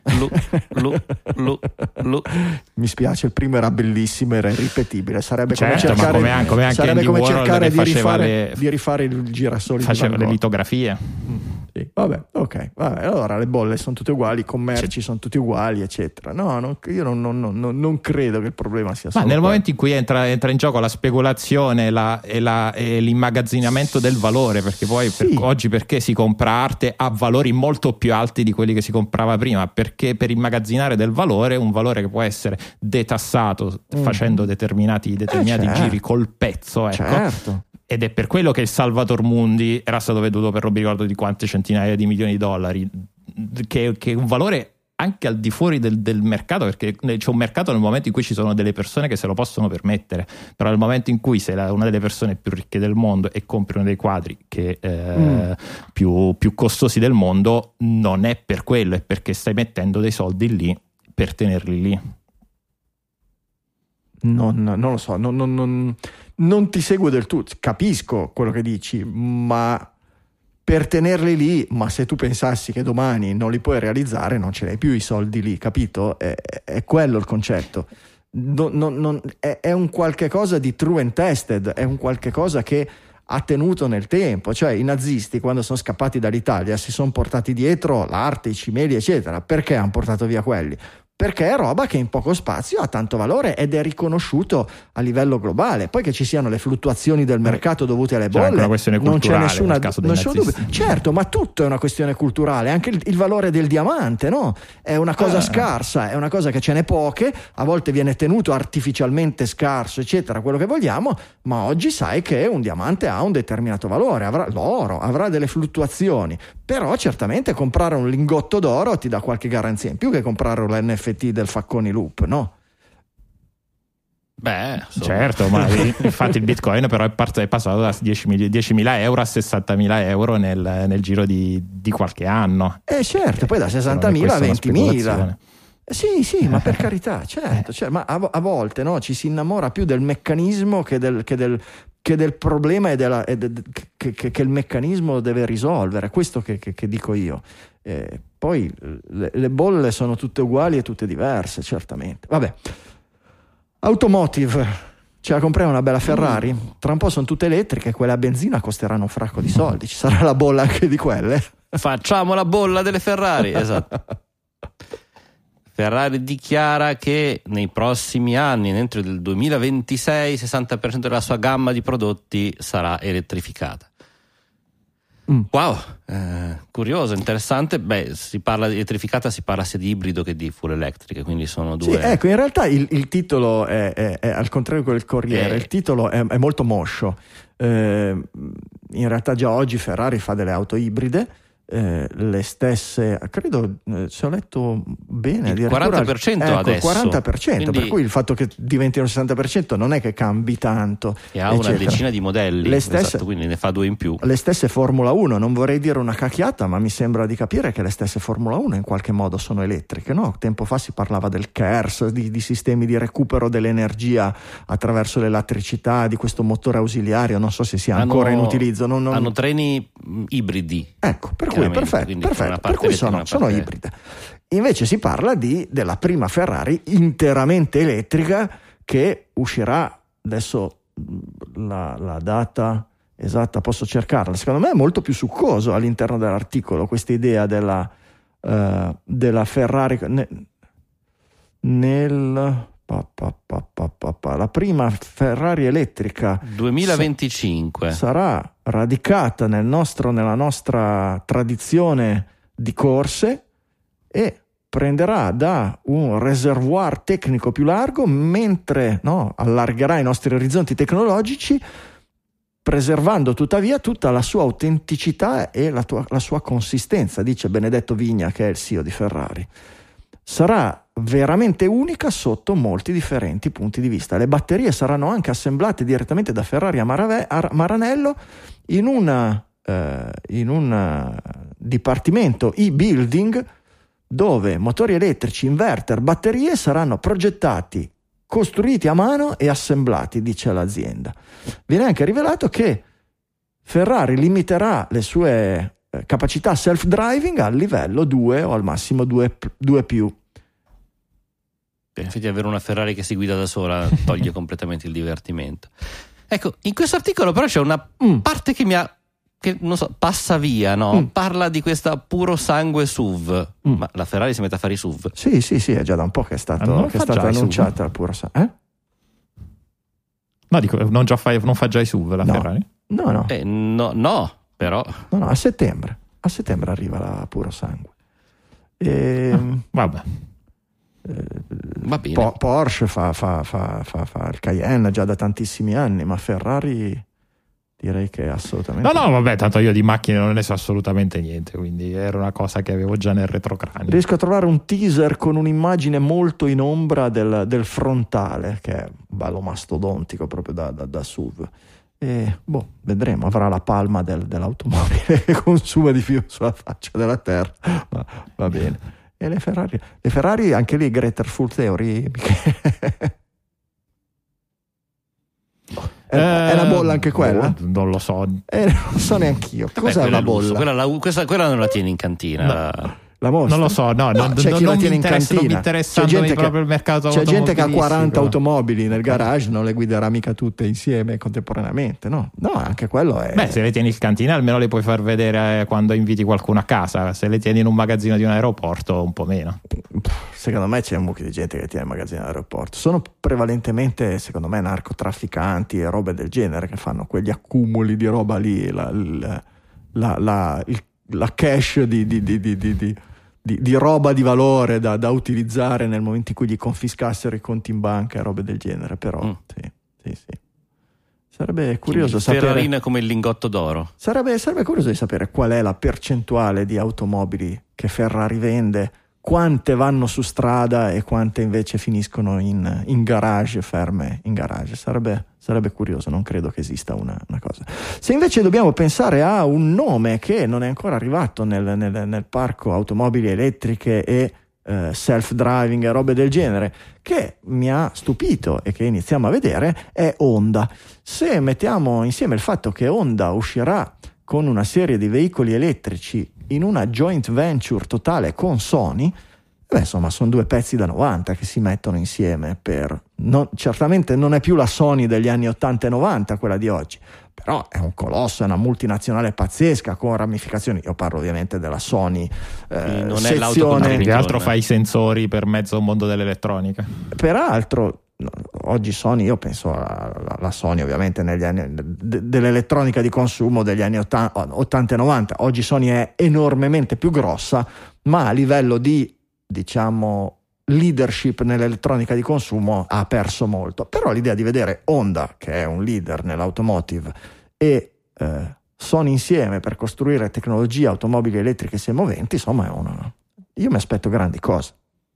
loop. Mi spiace, il primo era bellissimo, era irripetibile, sarebbe come cercare di rifare il girasoli, faceva le litografie. Sì, vabbè, ok, vabbè, allora le bolle sono tutte uguali, i commerci sono tutti uguali eccetera. Io non credo che il problema sia solo nel momento in cui entra in gioco la speculazione e l'immagazzinamento del valore, perché poi oggi perché si compra arte a valori molto più alti di quelli che si comprava prima, perché per immagazzinare del valore, un valore che può essere detassato facendo determinati giri col pezzo, ecco. Certo. Ed è per quello che il Salvator Mundi era stato venduto per non mi ricordo di quante centinaia di milioni di dollari, che è un valore anche al di fuori del mercato, perché c'è un mercato nel momento in cui ci sono delle persone che se lo possono permettere, però nel momento in cui sei una delle persone più ricche del mondo e compri uno dei quadri che più costosi del mondo, non è per quello, è perché stai mettendo dei soldi lì per tenerli lì. Non lo so, non ti seguo del tutto, capisco quello che dici, ma per tenerli lì, ma se tu pensassi che domani non li puoi realizzare, non ce l'hai più i soldi lì, capito? È quello il concetto. È un qualche cosa di true and tested, è un qualche cosa che ha tenuto nel tempo. Cioè i nazisti, quando sono scappati dall'Italia, si sono portati dietro l'arte, i cimeli eccetera. Perché hanno portato via quelli? Perché è roba che in poco spazio ha tanto valore ed è riconosciuto a livello globale. Poi che ci siano le fluttuazioni del mercato dovute alle bolle, una questione culturale, non c'è nessun dubbio. Certo, ma tutto è una questione culturale, anche il valore del diamante, no? È una cosa scarsa, è una cosa che ce n'è poche, a volte viene tenuto artificialmente scarso, eccetera, quello che vogliamo, ma oggi sai che un diamante ha un determinato valore, l'oro avrà delle fluttuazioni, però certamente comprare un lingotto d'oro ti dà qualche garanzia in più che comprare un NFT. NFT del Facconi Loop, no? Beh, certo, ma infatti il Bitcoin però è passato da 10.000 euro a 60.000 euro nel giro di qualche anno. Certo, poi da 60.000 a 20.000. Sì, ma per carità, certo, ma a volte, no, ci si innamora più del meccanismo che del problema che il meccanismo deve risolvere. Questo che dico io. Poi le bolle sono tutte uguali e tutte diverse, certamente. Vabbè. Automotive, ce la compriamo una bella Ferrari? Tra un po' sono tutte elettriche, quelle a benzina costeranno un fracco di soldi. Ci sarà la bolla anche di quelle? Facciamo la bolla delle Ferrari, esatto. Ferrari dichiara che nei prossimi anni, entro il 2026, il 60% della sua gamma di prodotti sarà elettrificata. Wow, curioso, interessante. Beh, si parla di elettrificata, si parla sia di ibrido che di full electric, quindi sono due. Sì, ecco, in realtà il titolo è al contrario di quello del Corriere, il titolo è molto moscio. In realtà già oggi Ferrari fa delle auto ibride, le stesse, credo, se ho letto bene, il 40% adesso, il 40%, quindi, per cui il fatto che diventino il 60% non è che cambi tanto, e ha una decina di modelli, le stesse, esatto, quindi ne fa 2 in più. Le stesse Formula 1, non vorrei dire una cacchiata, ma mi sembra di capire che le stesse Formula 1 in qualche modo sono elettriche, no? Tempo fa si parlava del KERS, di sistemi di recupero dell'energia attraverso l'elettricità, di questo motore ausiliario, non so se sia ancora in utilizzo. Hanno treni ibridi. Ecco, per cui perfetto, per cui sono ibride. Invece si parla della prima Ferrari interamente elettrica che uscirà, adesso la data esatta posso cercarla, secondo me è molto più succoso all'interno dell'articolo questa idea della Ferrari la prima Ferrari elettrica 2025 sarà radicata nella nostra tradizione di corse e prenderà da un reservoir tecnico più largo, mentre allargherà i nostri orizzonti tecnologici, preservando tuttavia tutta la sua autenticità e la sua consistenza, dice Benedetto Vigna, che è il CEO di Ferrari. Sarà veramente unica sotto molti differenti punti di vista. Le batterie saranno anche assemblate direttamente da Ferrari a Maranello in un dipartimento e-building dove motori elettrici, inverter, batterie saranno progettati, costruiti a mano e assemblati, dice l'azienda. Viene anche rivelato che Ferrari limiterà le sue capacità self-driving al livello 2 o al massimo 2+. In effetti avere una Ferrari che si guida da sola toglie completamente il divertimento. Ecco, in questo articolo però c'è una parte che non so, passa via, no? Parla di questa puro sangue SUV. Ma la Ferrari si mette a fare i SUV? Sì, è già da un po' che è stata annunciata la pura sangue. No, dico, non fa già i SUV la Ferrari? No. No, però. No, a settembre arriva la puro sangue. Vabbè. Va bene. Porsche fa il Cayenne già da tantissimi anni, ma Ferrari direi che assolutamente no, vabbè, tanto io di macchine non ne so assolutamente niente, quindi era una cosa che avevo già nel retrocranio. Riesco a trovare un teaser con un'immagine molto in ombra del frontale, che è bello mastodontico proprio da SUV, e vedremo, avrà la palma dell'automobile che consuma di più sulla faccia della terra, ma va bene. E le Ferrari anche lì Greater Full Theory è la bolla anche quella? Non lo so. Non so neanch'io. Cos'è una bolla? Quella non la tieni in cantina. No. Non lo so, c'è chi la tiene in cantina. Non mi interessa proprio il mercato c'è gente che ha 40 automobili nel garage, non le guiderà mica tutte insieme contemporaneamente, no, anche quello è. Beh, se le tieni in cantina almeno le puoi far vedere quando inviti qualcuno a casa. Se le tieni in un magazzino di un aeroporto, un po' meno. Secondo me c'è un mucchio di gente che tiene il magazzino all'aeroporto. Sono prevalentemente, secondo me, narcotrafficanti e robe del genere che fanno quegli accumuli di roba lì, la cache di roba di valore da utilizzare nel momento in cui gli confiscassero i conti in banca e robe del genere. Però sì. Sarebbe curioso sapere. Ferrarina come il lingotto d'oro. Sarebbe curioso di sapere qual è la percentuale di automobili che Ferrari vende, quante vanno su strada e quante invece finiscono in garage, ferme in garage. Sarebbe curioso, non credo che esista una cosa. Se invece dobbiamo pensare a un nome che non è ancora arrivato nel parco automobili elettriche e self-driving e robe del genere, che mi ha stupito e che iniziamo a vedere, è Honda. Se mettiamo insieme il fatto che Honda uscirà con una serie di veicoli elettrici in una joint venture totale con Sony, insomma sono due pezzi da 90 che si mettono insieme certamente non è più la Sony degli anni 80 e 90 quella di oggi, però è un colosso, è una multinazionale pazzesca con ramificazioni. Io parlo ovviamente della Sony non è l'autocontrollore, che altro fa i sensori per mezzo a un mondo dell'elettronica. Peraltro oggi Sony, io penso alla Sony ovviamente negli anni dell'elettronica di consumo degli anni 80 e 90. Oggi Sony è enormemente più grossa, ma a livello di, diciamo, leadership nell'elettronica di consumo ha perso molto. Però l'idea di vedere Honda, che è un leader nell'automotive, e Sony insieme per costruire tecnologie automobili elettriche semoventi, insomma io mi aspetto grandi cose.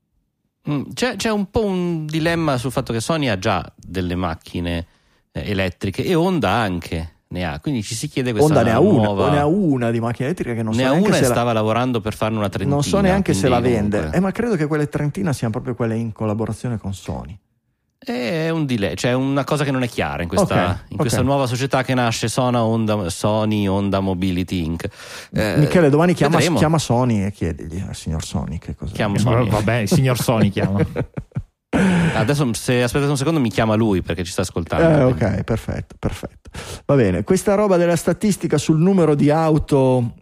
C'è un po' un dilemma sul fatto che Sony ha già delle macchine elettriche e Honda anche ne ha, quindi ci si chiede questa Honda nuova... ne ha una di macchine elettriche che non so neanche ne ha una se e stava lavorando per farne una trentina, non so neanche se la vende, comunque... ma credo che quelle trentina siano proprio quelle in collaborazione con Sony. È un delay, cioè una cosa che non è chiara in questa nuova società che nasce, Sony Honda Mobility Inc. Michele, domani chiama Sony e chiedigli al signor Sony che cosa. Chiamo Sony. Vabbè, il signor Sony chiama. Adesso, se aspettate un secondo, mi chiama lui perché ci sta ascoltando. Ok, perfetto. Va bene, questa roba della statistica sul numero di auto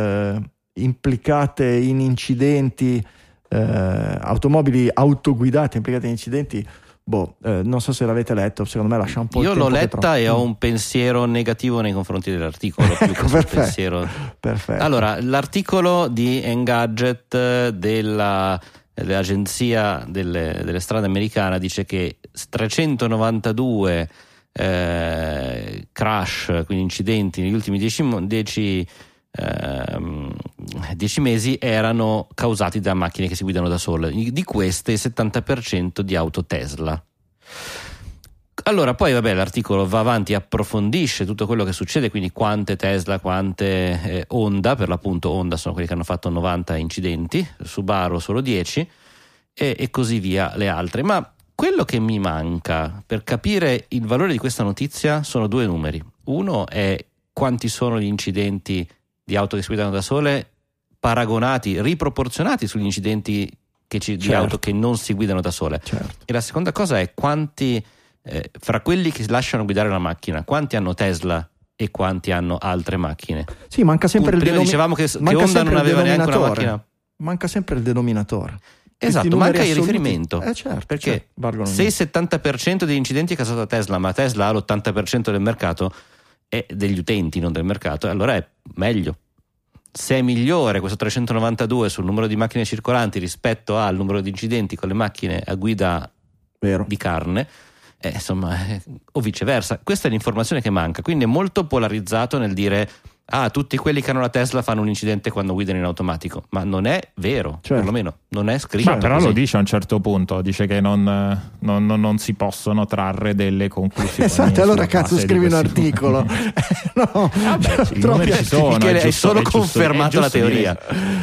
implicate in incidenti, automobili autoguidate implicate in incidenti. Non so se l'avete letto, secondo me lascia un po' il tempo. Io l'ho letta e ho un pensiero negativo nei confronti dell'articolo. Perfetto. Allora, l'articolo di Engadget dell'agenzia delle strade americana dice che 392 crash, quindi incidenti negli ultimi 10 mesi erano causati da macchine che si guidano da sole. Di queste il 70% di auto Tesla. Allora poi l'articolo va avanti e approfondisce tutto quello che succede, quindi quante Tesla, quante Honda, per l'appunto Honda sono quelli che hanno fatto 90 incidenti, Subaru solo 10 e così via le altre. Ma quello che mi manca per capire il valore di questa notizia sono due numeri. Uno è quanti sono gli incidenti di auto che si guidano da sole paragonati, riproporzionati sugli incidenti di auto che non si guidano da sole. Certo. E la seconda cosa è quanti fra quelli che si lasciano guidare la macchina, quanti hanno Tesla e quanti hanno altre macchine. Sì, manca sempre prima dicevamo che Honda non aveva neanche una macchina. Manca sempre il denominatore. Esatto, manca il riferimento. Certo, perché se il 70% degli incidenti è causato da Tesla, ma Tesla ha l'80% del mercato e degli utenti, non del mercato, allora è meglio. Se è migliore questo 392 sul numero di macchine circolanti rispetto al numero di incidenti con le macchine a guida di carne, o viceversa, questa è l'informazione che manca. Quindi è molto polarizzato nel dire tutti quelli che hanno la Tesla fanno un incidente quando guidano in automatico, ma non è vero, perlomeno non è scritto. Ma però così. Lo dice a un certo punto, dice che non si possono trarre delle conclusioni. Esatto, allora cazzo scrivi un articolo. I numeri ci sono, è solo confermato la teoria.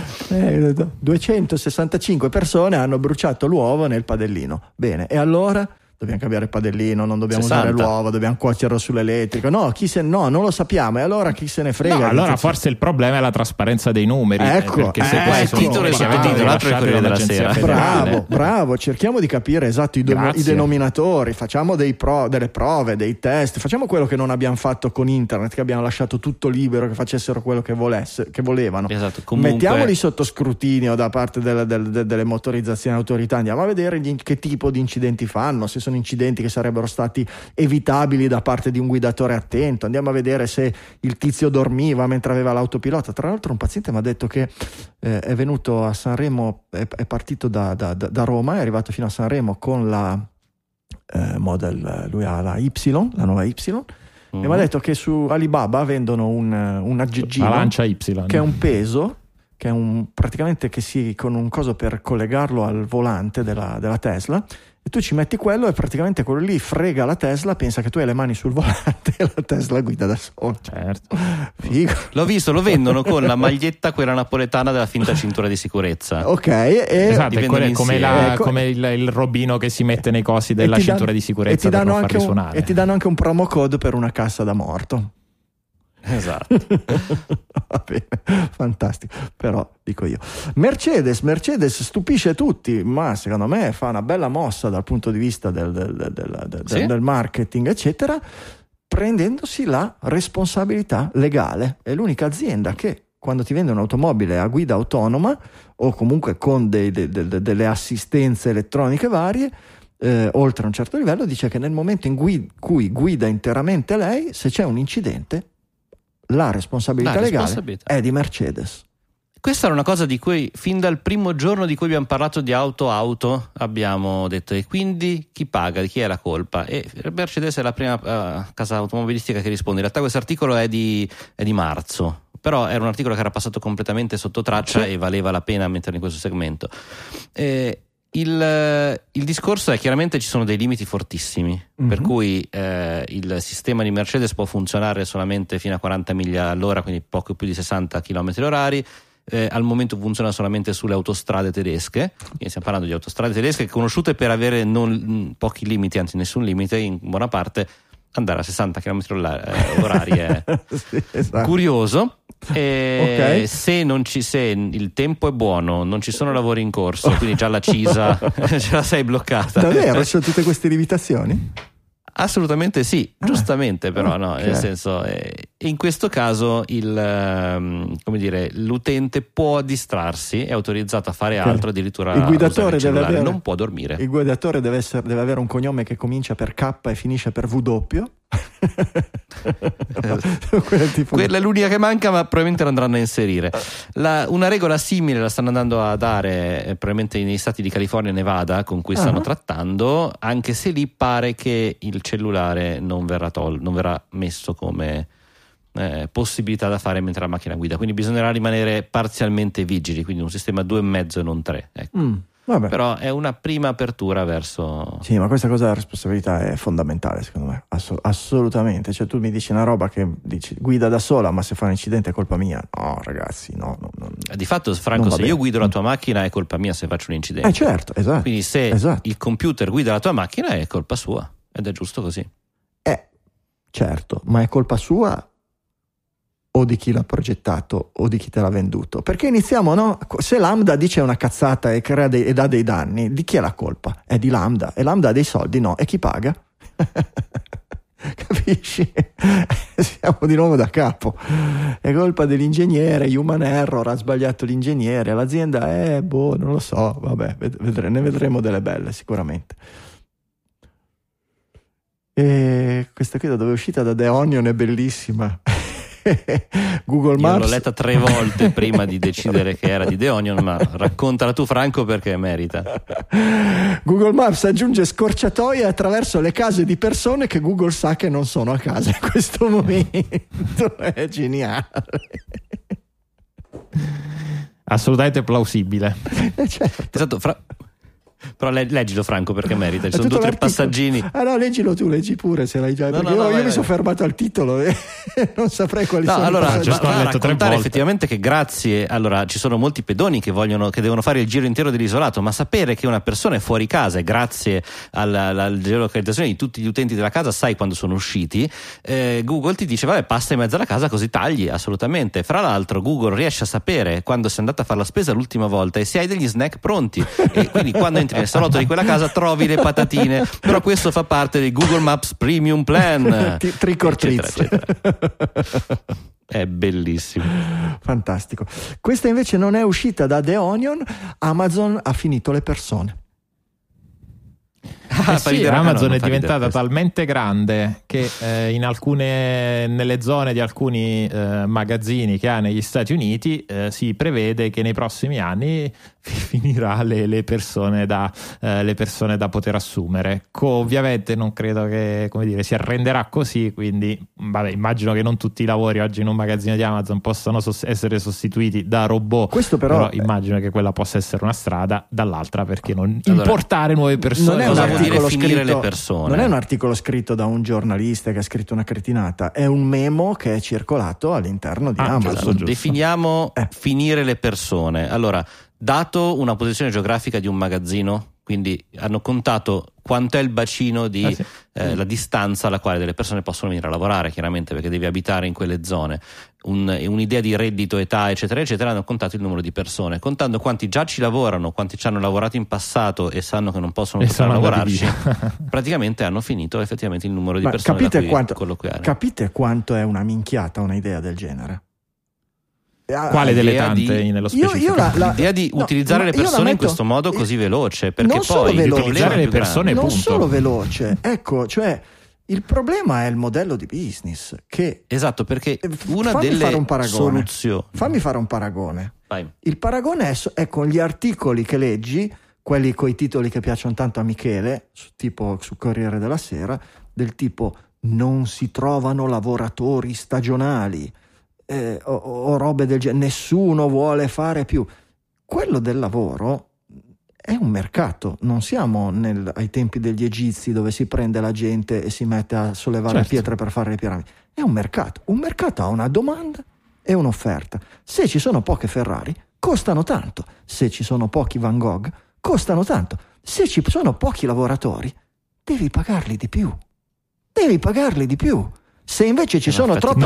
265 persone hanno bruciato l'uovo nel padellino. Bene, e allora? Dobbiamo cambiare il padellino, non dobbiamo 60. usare l'uovo, dobbiamo cuocerlo sull'elettrico. No, non lo sappiamo. E allora chi se ne frega? No, allora forse il problema è la trasparenza dei numeri. Perché se il titolo è l'altro è Corriere della Sera. Bravo, cerchiamo di capire esatto i denominatori, facciamo delle prove, dei test, facciamo quello che non abbiamo fatto con internet, che abbiamo lasciato tutto libero, che facessero quello che volevano. Esatto, comunque... Mettiamoli sotto scrutinio da parte delle motorizzazioni autorità, andiamo a vedere che tipo di incidenti fanno, se sono incidenti che sarebbero stati evitabili da parte di un guidatore attento, andiamo a vedere se il tizio dormiva mentre aveva l'autopilota. Tra l'altro un paziente mi ha detto che è venuto a Sanremo, è partito da Roma, è arrivato fino a Sanremo con la Model, lui ha la Y, la nuova Y, e mi ha detto che su Alibaba vendono un aggeggino, la Lancia Y, che è un peso che è praticamente con un coso per collegarlo al volante della Tesla, e tu ci metti quello e praticamente quello lì frega la Tesla, pensa che tu hai le mani sul volante e la Tesla guida da sola. Certo. Figo. L'ho visto, lo vendono con la maglietta quella napoletana della finta cintura di sicurezza. Ok, esatto, è come, insieme. come il robino che si mette nei cosi della cintura di sicurezza per non farli suonare. E ti danno anche un promo code per una cassa da morto. Esatto. Va bene, fantastico. Però dico io, Mercedes stupisce tutti, ma secondo me fa una bella mossa dal punto di vista del marketing, eccetera, prendendosi la responsabilità legale. È l'unica azienda che, quando ti vende un'automobile a guida autonoma o comunque con delle assistenze elettroniche varie, oltre a un certo livello, dice che nel momento in cui guida interamente lei, se c'è un incidente, la responsabilità legale è di Mercedes. Questa era una cosa di cui fin dal primo giorno di cui abbiamo parlato di auto abbiamo detto, e quindi chi paga, di chi è la colpa? E Mercedes è la prima casa automobilistica che risponde. In realtà questo articolo è di marzo, però era un articolo che era passato completamente sotto traccia, e valeva la pena metterlo in questo segmento. Il discorso è chiaramente ci sono dei limiti fortissimi, per cui il sistema di Mercedes può funzionare solamente fino a 40 miglia all'ora, quindi poco più di 60 km orari. Al momento funziona solamente sulle autostrade tedesche, quindi stiamo parlando di autostrade tedesche conosciute per avere non pochi limiti, anzi nessun limite, in buona parte andare a 60 km orari è sì, esatto. Curioso. Okay. Se il tempo è buono, non ci sono lavori in corso, quindi già la CISA ce la sei bloccata. Davvero? Ci sono tutte queste limitazioni? Assolutamente sì, giustamente, però no, okay. Nel senso, in questo caso l'utente può distrarsi, è autorizzato a fare altro, addirittura il guidatore non può dormire. Il guidatore deve avere un cognome che comincia per K e finisce per W. Quella è l'unica che manca, ma probabilmente l'andranno a inserire. Una regola simile la stanno andando a dare probabilmente negli stati di California e Nevada, con cui stanno trattando, anche se lì pare che il cellulare non verrà messo come possibilità da fare mentre la macchina guida, quindi bisognerà rimanere parzialmente vigili, quindi un sistema 2,5 e non 3, ecco. Vabbè. Però è una prima apertura verso... Sì, ma questa cosa della responsabilità è fondamentale, secondo me, assolutamente. Cioè, tu mi dici una roba che dici guida da sola, ma se fa un incidente è colpa mia. No, ragazzi, no. Di fatto, Franco, se io guido la tua macchina è colpa mia se faccio un incidente. Certo, esatto. Quindi se il computer guida la tua macchina è colpa sua, ed è giusto così. Certo, ma è colpa sua o di chi l'ha progettato o di chi te l'ha venduto? Perché iniziamo, no? Se Lambda dice una cazzata e crea e dà dei danni, di chi è la colpa? È di Lambda, e Lambda ha dei soldi, no? E chi paga? Capisci? Siamo di nuovo da capo. È colpa dell'ingegnere, human error, ha sbagliato l'ingegnere, l'azienda non lo so, vabbè, ne vedremo delle belle sicuramente. E questa qui da dove è uscita? Da The Onion, è bellissima. Google Maps. Io l'ho letta 3 volte prima di decidere che era di The Onion, ma raccontala tu, Franco, perché merita. Google Maps aggiunge scorciatoie attraverso le case di persone che Google sa che non sono a casa in questo momento. È geniale. Assolutamente plausibile. Certo. Esatto, però leggilo, Franco, perché merita. Ci sono 2 o 3 passaggini. No, leggilo tu, leggi pure se l'hai già. Io mi sono fermato al titolo e non saprei quali sono. Allora, i raccontare effettivamente che grazie, allora ci sono molti pedoni che devono fare il giro intero dell'isolato, ma sapere che una persona è fuori casa e grazie alla geolocalizzazione di tutti gli utenti della casa sai quando sono usciti, Google ti dice vabbè, passa in mezzo alla casa così tagli. Assolutamente. Fra l'altro Google riesce a sapere quando sei andata a fare la spesa l'ultima volta e se hai degli snack pronti, e quindi quando entri nel salotto di quella casa trovi le patatine. Però questo fa parte del Google Maps Premium Plan, trick or treats. È bellissimo, fantastico. Questa invece non è uscita da The Onion. Amazon ha finito le persone. Sì, Amazon è diventata talmente grande che nelle zone di alcuni magazzini che ha negli Stati Uniti si prevede che nei prossimi anni finirà le persone da poter assumere. Ovviamente non credo che, come dire, si arrenderà così, quindi immagino che non tutti i lavori oggi in un magazzino di Amazon possano essere sostituiti da robot. Questo però immagino che quella possa essere una strada, dall'altra perché non importare nuove persone. Non è un articolo scritto da un giornalista che ha scritto una cretinata, è un memo che è circolato all'interno di Amazon. Giusto. Definiamo finire le persone. Allora, dato una posizione geografica di un magazzino, quindi hanno contato quanto è il bacino di la distanza alla quale delle persone possono venire a lavorare, chiaramente perché devi abitare in quelle zone, un'idea di reddito, età, eccetera eccetera. Hanno contato il numero di persone, contando quanti già ci lavorano, quanti ci hanno lavorato in passato e sanno che non possono tornare a lavorarci. Praticamente hanno finito effettivamente il numero di persone da cui colloquiare. Capite quanto è una minchiata una idea del genere? Quale delle tante nello specifico? L'idea di utilizzare le persone in questo modo così veloce, perché poi utilizzare le persone non punto. Solo veloce, ecco, cioè il problema è il modello di business che esatto, perché una delle soluzioni. Fammi fare un paragone. Vai. Il paragone è con gli articoli che leggi, quelli coi titoli che piacciono tanto a Michele, tipo su Corriere della Sera, del tipo non si trovano lavoratori stagionali. O robe del genere, nessuno vuole fare più. Quello del lavoro è un mercato, non siamo ai tempi degli egizi dove si prende la gente e si mette a sollevare pietre per fare le piramidi. È un mercato ha una domanda e un'offerta. Se ci sono poche Ferrari costano tanto, se ci sono pochi Van Gogh costano tanto, se ci sono pochi lavoratori devi pagarli di più. Se invece ci sono troppe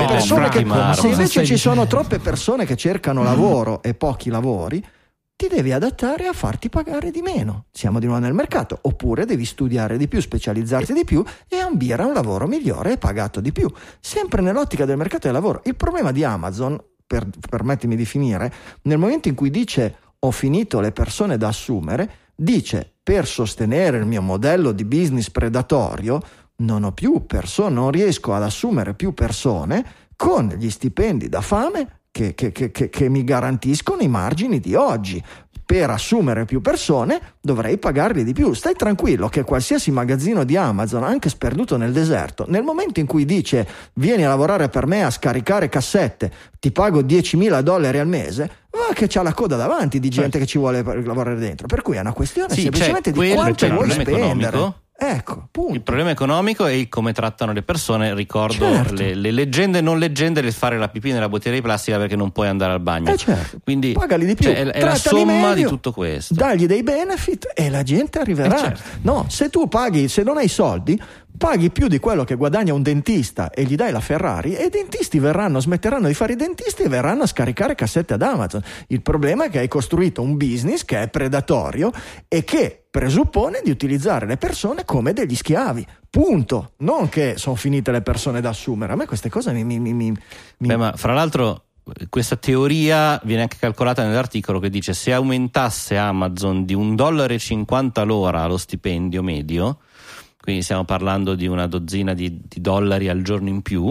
persone che cercano lavoro e pochi lavori, ti devi adattare a farti pagare di meno. Siamo di nuovo nel mercato. Oppure devi studiare di più, specializzarti di più e ambire a un lavoro migliore e pagato di più. Sempre nell'ottica del mercato del lavoro. Il problema di Amazon, permettimi di finire, nel momento in cui dice ho finito le persone da assumere, dice per sostenere il mio modello di business predatorio non ho più persone, non riesco ad assumere più persone con gli stipendi da fame che mi garantiscono i margini di oggi. Per assumere più persone dovrei pagarli di più. Stai tranquillo che qualsiasi magazzino di Amazon, anche sperduto nel deserto, nel momento in cui dice vieni a lavorare per me a scaricare cassette, ti pago $10.000 al mese, va che c'ha la coda davanti di gente che ci vuole lavorare dentro. Per cui è una questione semplicemente di quanto vuoi spendere. Economico. Ecco, punto. Il problema economico è il come trattano le persone. Ricordo le leggende e non leggende del fare la pipì nella bottiglia di plastica perché non puoi andare al bagno. Quindi pagali di più, è la somma di tutto questo. Dagli dei benefit e la gente arriverà. No, se tu paghi, se non hai soldi, paghi più di quello che guadagna un dentista e gli dai la Ferrari e i dentisti smetteranno di fare i dentisti e verranno a scaricare cassette ad Amazon. Il problema è che hai costruito un business che è predatorio e che presuppone di utilizzare le persone come degli schiavi, punto. Non che sono finite le persone da assumere. A me queste cose ma fra l'altro questa teoria viene anche calcolata nell'articolo che dice se aumentasse Amazon di $1,50 l'ora lo stipendio medio, quindi stiamo parlando di una dozzina di dollari al giorno in più,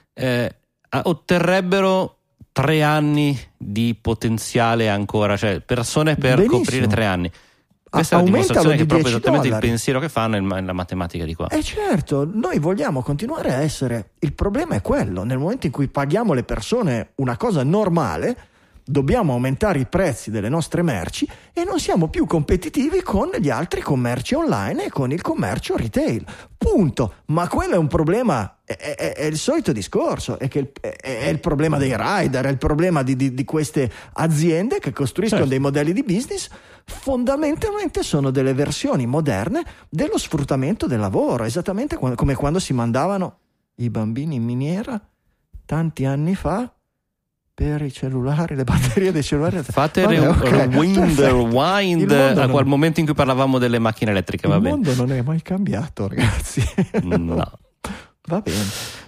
otterrebbero 3 anni di potenziale ancora, cioè persone per coprire 3 anni. Questa è la dimostrazione che è proprio esattamente il pensiero che fanno nella matematica di qua. Certo, noi vogliamo continuare a essere. Il problema è quello: nel momento in cui paghiamo le persone una cosa normale, dobbiamo aumentare i prezzi delle nostre merci e non siamo più competitivi con gli altri commerci online e con il commercio retail. Punto. Ma quello è un problema, è il solito discorso, è il problema dei rider, è il problema di queste aziende che costruiscono dei modelli di business. Fondamentalmente sono delle versioni moderne dello sfruttamento del lavoro, esattamente come quando si mandavano i bambini in miniera tanti anni fa per i cellulari, le batterie dei cellulari. Fate rewind a quel momento in cui parlavamo delle macchine elettriche. Il mondo non è mai cambiato, ragazzi. No. Va bene.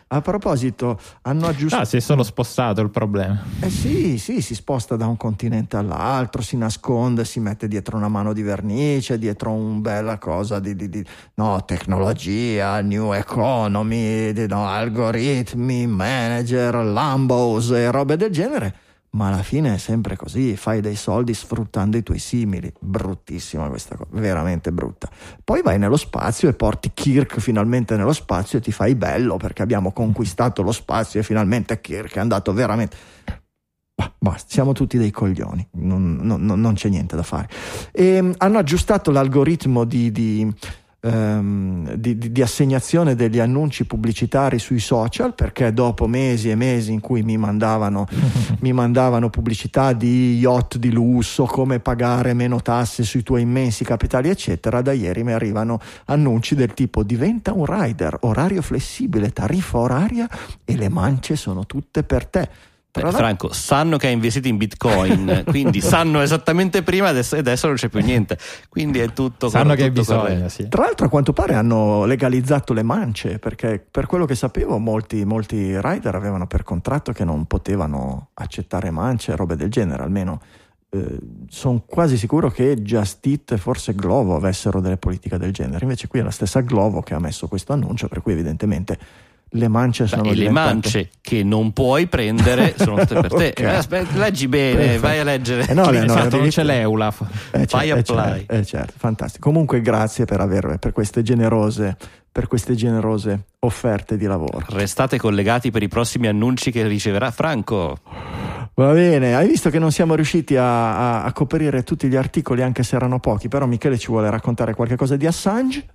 A proposito, hanno aggiustato. Si è solo spostato il problema. Sì, si sposta da un continente all'altro, si nasconde, si mette dietro una mano di vernice, dietro un bella cosa di tecnologia, new economy, algoritmi, manager, Lambos e robe del genere. Ma alla fine è sempre così, fai dei soldi sfruttando i tuoi simili. Bruttissima questa cosa, veramente brutta. Poi vai nello spazio e porti Kirk finalmente nello spazio e ti fai bello perché abbiamo conquistato lo spazio e finalmente Kirk è andato veramente... Basta, siamo tutti dei coglioni, non c'è niente da fare. E hanno aggiustato l'algoritmo di assegnazione degli annunci pubblicitari sui social, perché dopo mesi e mesi in cui mi mandavano pubblicità di yacht di lusso, come pagare meno tasse sui tuoi immensi capitali eccetera, da ieri mi arrivano annunci del tipo: diventa un rider, orario flessibile, tariffa oraria e le mance sono tutte per te. Franco, sanno che hai investito in Bitcoin, quindi sanno esattamente prima e adesso non c'è più niente, quindi è tutto sanno che hai bisogno, sì. Tra l'altro a quanto pare hanno legalizzato le mance, perché per quello che sapevo molti rider avevano per contratto che non potevano accettare mance e robe del genere, almeno sono quasi sicuro che Just Eat e forse Glovo avessero delle politiche del genere, invece qui è la stessa Glovo che ha messo questo annuncio, per cui evidentemente le mance sono diventate... le mance che non puoi prendere sono tutte per te. Okay. Aspetta, leggi bene, vai a leggere. Non c'è l'EULAF. Fai apply. Certo, fantastico. Comunque grazie per queste generose offerte di lavoro. Restate collegati per i prossimi annunci che riceverà Franco. Va bene, hai visto che non siamo riusciti a coprire tutti gli articoli, anche se erano pochi, però Michele ci vuole raccontare qualche cosa di Assange?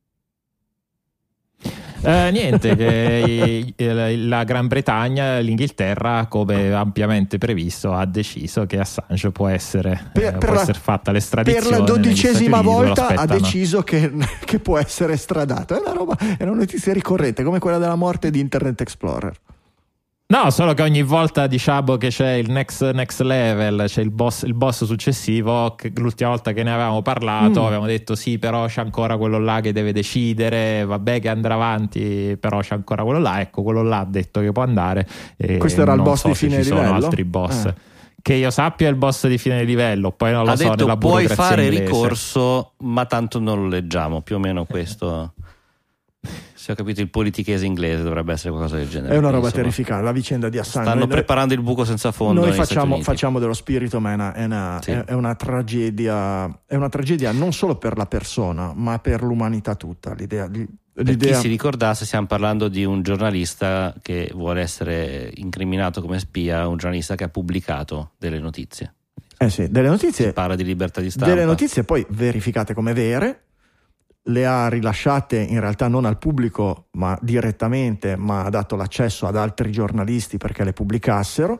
Niente, che la Gran Bretagna, l'Inghilterra, come ampiamente previsto, ha deciso che Assange può essere fatta l'estradizione. Per la 12ª volta ha deciso che può essere estradato. È una notizia ricorrente, come quella della morte di Internet Explorer. No, solo che ogni volta diciamo che c'è il next level, c'è il boss successivo, che l'ultima volta che ne avevamo parlato avevamo detto sì, però c'è ancora quello là che deve decidere, vabbè che andrà avanti, però c'è ancora quello là, ecco, quello là ha detto che può andare. Questo era il boss di fine livello? Sono altri boss. Che io sappia è il boss di fine livello, poi non lo so, detto, nella puoi burocrazia fare inglese. Ricorso, ma tanto non lo leggiamo, più o meno questo... Se ho capito, il politichese inglese dovrebbe essere qualcosa del genere. È una roba terrificante, la vicenda di Assange. Stanno preparando il buco senza fondo. Noi facciamo dello spirito, ma è una tragedia non solo per la persona, ma per l'umanità tutta. L'idea. Per chi si ricordasse, stiamo parlando di un giornalista che vuole essere incriminato come spia, un giornalista che ha pubblicato delle notizie. Delle notizie. Si parla di libertà di stampa. Delle notizie poi verificate come vere. Le ha rilasciate in realtà non al pubblico ma direttamente, ma ha dato l'accesso ad altri giornalisti perché le pubblicassero.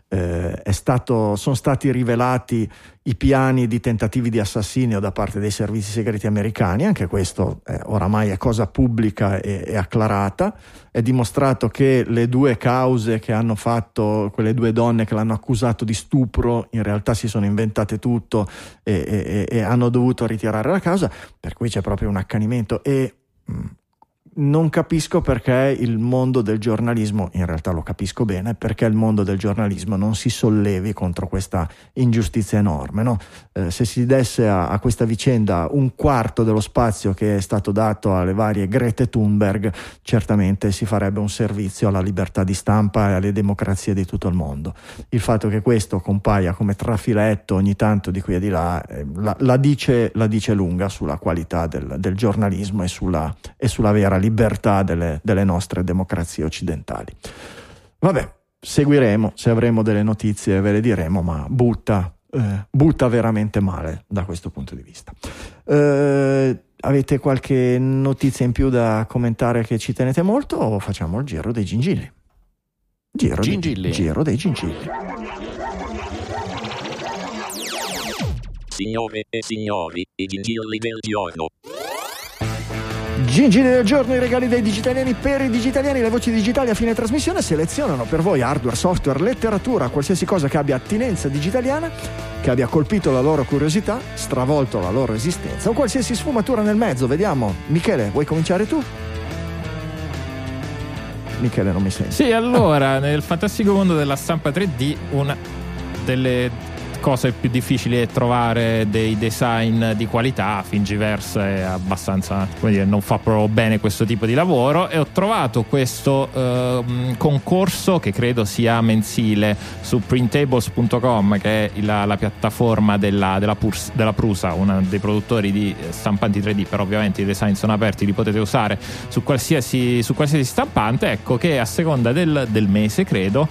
Sono stati rivelati i piani di tentativi di assassinio da parte dei servizi segreti americani, anche questo oramai è cosa pubblica e acclarata. È dimostrato che le due cause che hanno fatto, quelle due donne che l'hanno accusato di stupro, in realtà si sono inventate tutto e hanno dovuto ritirare la causa, per cui c'è proprio un accanimento e non capisco perché il mondo del giornalismo, in realtà lo capisco bene, perché il mondo del giornalismo non si sollevi contro questa ingiustizia enorme, no? Se si desse a questa vicenda un quarto dello spazio che è stato dato alle varie Grete Thunberg, certamente si farebbe un servizio alla libertà di stampa e alle democrazie di tutto il mondo. Il fatto che questo compaia come trafiletto ogni tanto di qui e di là la dice lunga sulla qualità del giornalismo e sulla vera libertà delle nostre democrazie occidentali. Vabbè, seguiremo, se avremo delle notizie ve le diremo, ma butta veramente male da questo punto di vista. Avete qualche notizia in più da commentare che ci tenete molto o facciamo il giro dei gingilli? Giro dei gingilli. Signore e signori, i gingilli del giorno. Gingilli del giorno, i regali dei digitaliani per i digitaliani. Le voci digitali a fine trasmissione selezionano per voi hardware, software, letteratura, qualsiasi cosa che abbia attinenza digitaliana, che abbia colpito la loro curiosità, stravolto la loro esistenza o qualsiasi sfumatura nel mezzo. Vediamo, Michele, vuoi cominciare tu? Michele non mi sente. Sì, allora, nel fantastico mondo della stampa 3D, una delle cose più difficili è trovare dei design di qualità. Thingiverse è abbastanza, come dire, non fa proprio bene questo tipo di lavoro, e ho trovato questo concorso che credo sia mensile su printables.com, che è la piattaforma della Prusa, uno dei produttori di stampanti 3D, però ovviamente i design sono aperti, li potete usare su qualsiasi stampante. Ecco che a seconda del mese, credo,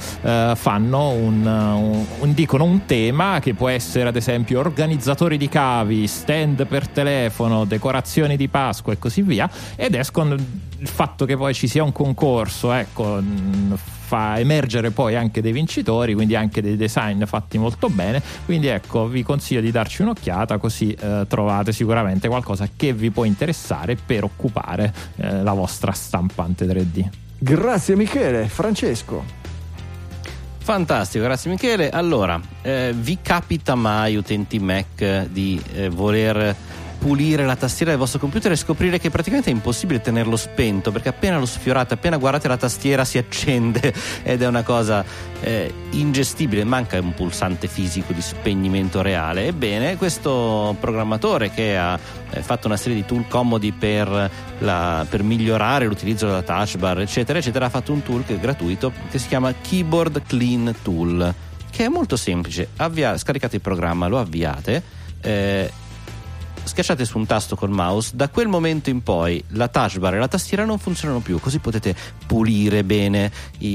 dicono un tema che può essere ad esempio organizzatori di cavi, stand per telefono, decorazioni di Pasqua e così via, ed escono. Il fatto che poi ci sia un concorso, ecco, fa emergere poi anche dei vincitori, quindi anche dei design fatti molto bene. Quindi ecco, vi consiglio di darci un'occhiata, così trovate sicuramente qualcosa che vi può interessare per occupare la vostra stampante 3D. Grazie Michele. Francesco. Fantastico, grazie Michele. Allora, vi capita mai, utenti Mac, di voler pulire la tastiera del vostro computer e scoprire che praticamente è impossibile tenerlo spento, perché appena lo sfiorate, appena guardate la tastiera si accende ed è una cosa ingestibile, manca un pulsante fisico di spegnimento reale? Ebbene, questo programmatore che ha fatto una serie di tool comodi per migliorare l'utilizzo della touch bar eccetera eccetera, ha fatto un tool gratuito che si chiama Keyboard Clean Tool, che è molto semplice. Scaricate il programma, lo avviate, schiacciate su un tasto col mouse, da quel momento in poi la touch bar e la tastiera non funzionano più, così potete pulire bene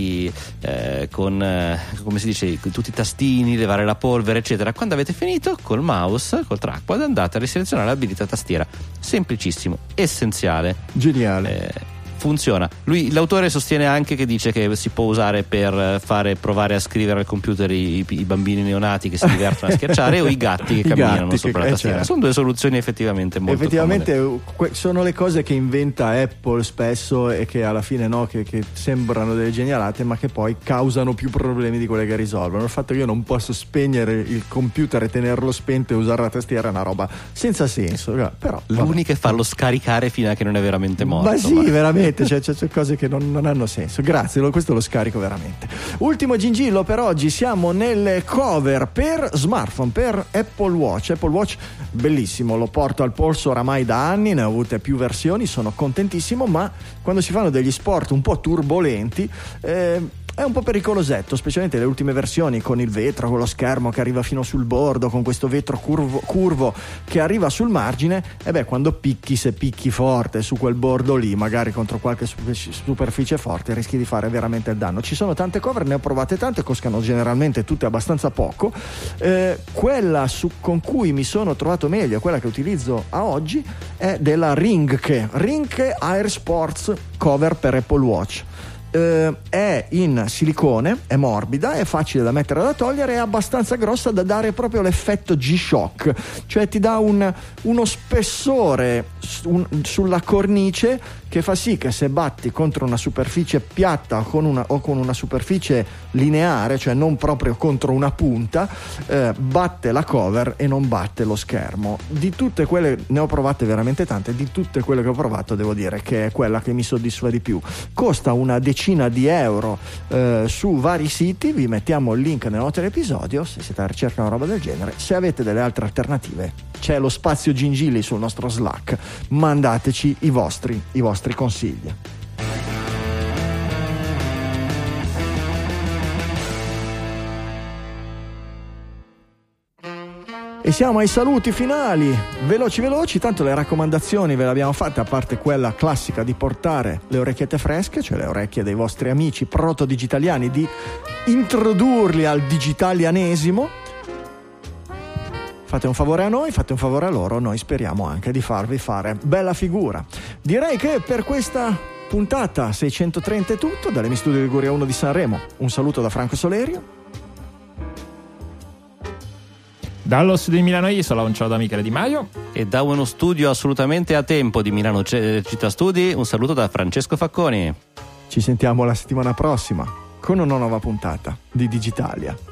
come si dice, tutti i tastini, levare la polvere eccetera. Quando avete finito, col mouse, col trackpad, andate a riselezionare l'abilita tastiera. Semplicissimo, essenziale, geniale. Funziona. L'autore sostiene anche, che dice che si può usare per provare a scrivere al computer i bambini neonati che si divertono a schiacciare o i gatti che camminano sopra la tastiera. Sono due soluzioni effettivamente molto comode. Sono le cose che inventa Apple spesso e che alla fine che sembrano delle genialate, ma che poi causano più problemi di quelle che risolvono. Il fatto che io non posso spegnere il computer e tenerlo spento e usare la tastiera è una roba senza senso, però l'unica è farlo scaricare fino a che non è veramente morto. Ma sì, veramente. C'è cose che non hanno senso. Grazie, questo lo scarico veramente. Ultimo gingillo per oggi, siamo nelle cover per smartphone, per Apple Watch. Apple Watch bellissimo, lo porto al polso oramai da anni, ne ho avute più versioni, sono contentissimo, ma quando si fanno degli sport un po' turbolenti è un po' pericolosetto, specialmente le ultime versioni con il vetro, con lo schermo che arriva fino sul bordo, con questo vetro curvo che arriva sul margine, e quando se picchi forte su quel bordo lì, magari contro qualche superficie forte, rischi di fare veramente il danno. Ci sono tante cover, ne ho provate tante, costano generalmente tutte abbastanza poco. Quella con cui mi sono trovato meglio, quella che utilizzo a oggi, è della Ringke Air Sports cover per Apple Watch. È in silicone, è morbida, è facile da mettere e da togliere, è abbastanza grossa da dare proprio l'effetto G-Shock, cioè ti dà uno spessore sulla cornice che fa sì che se batti contro una superficie piatta o con una superficie lineare, cioè non proprio contro una punta, batte la cover e non batte lo schermo. Di tutte quelle, ne ho provate veramente tante, di tutte quelle che ho provato devo dire che è quella che mi soddisfa di più. Costa una decina di euro su vari siti, vi mettiamo il link nelle note dell'episodio se siete alla ricerca di una roba del genere. Se avete delle altre alternative, c'è lo spazio Gingilli sul nostro Slack, mandateci i vostri consigli. E siamo ai saluti finali, veloci, tanto le raccomandazioni ve le abbiamo fatte, a parte quella classica di portare le orecchiette fresche, cioè le orecchie dei vostri amici proto-digitaliani, di introdurli al digitalianesimo. Fate un favore a noi, fate un favore a loro, noi speriamo anche di farvi fare bella figura. Direi che per questa puntata 630 è tutto, dall'Emi Studio Liguria 1 di Sanremo. Un saluto da Franco Solerio. Dallo studio di Milano Isola un ciao da Michele Di Maio. E da uno studio assolutamente a tempo di Milano Città Studi un saluto da Francesco Facconi. Ci sentiamo la settimana prossima con una nuova puntata di Digitalia.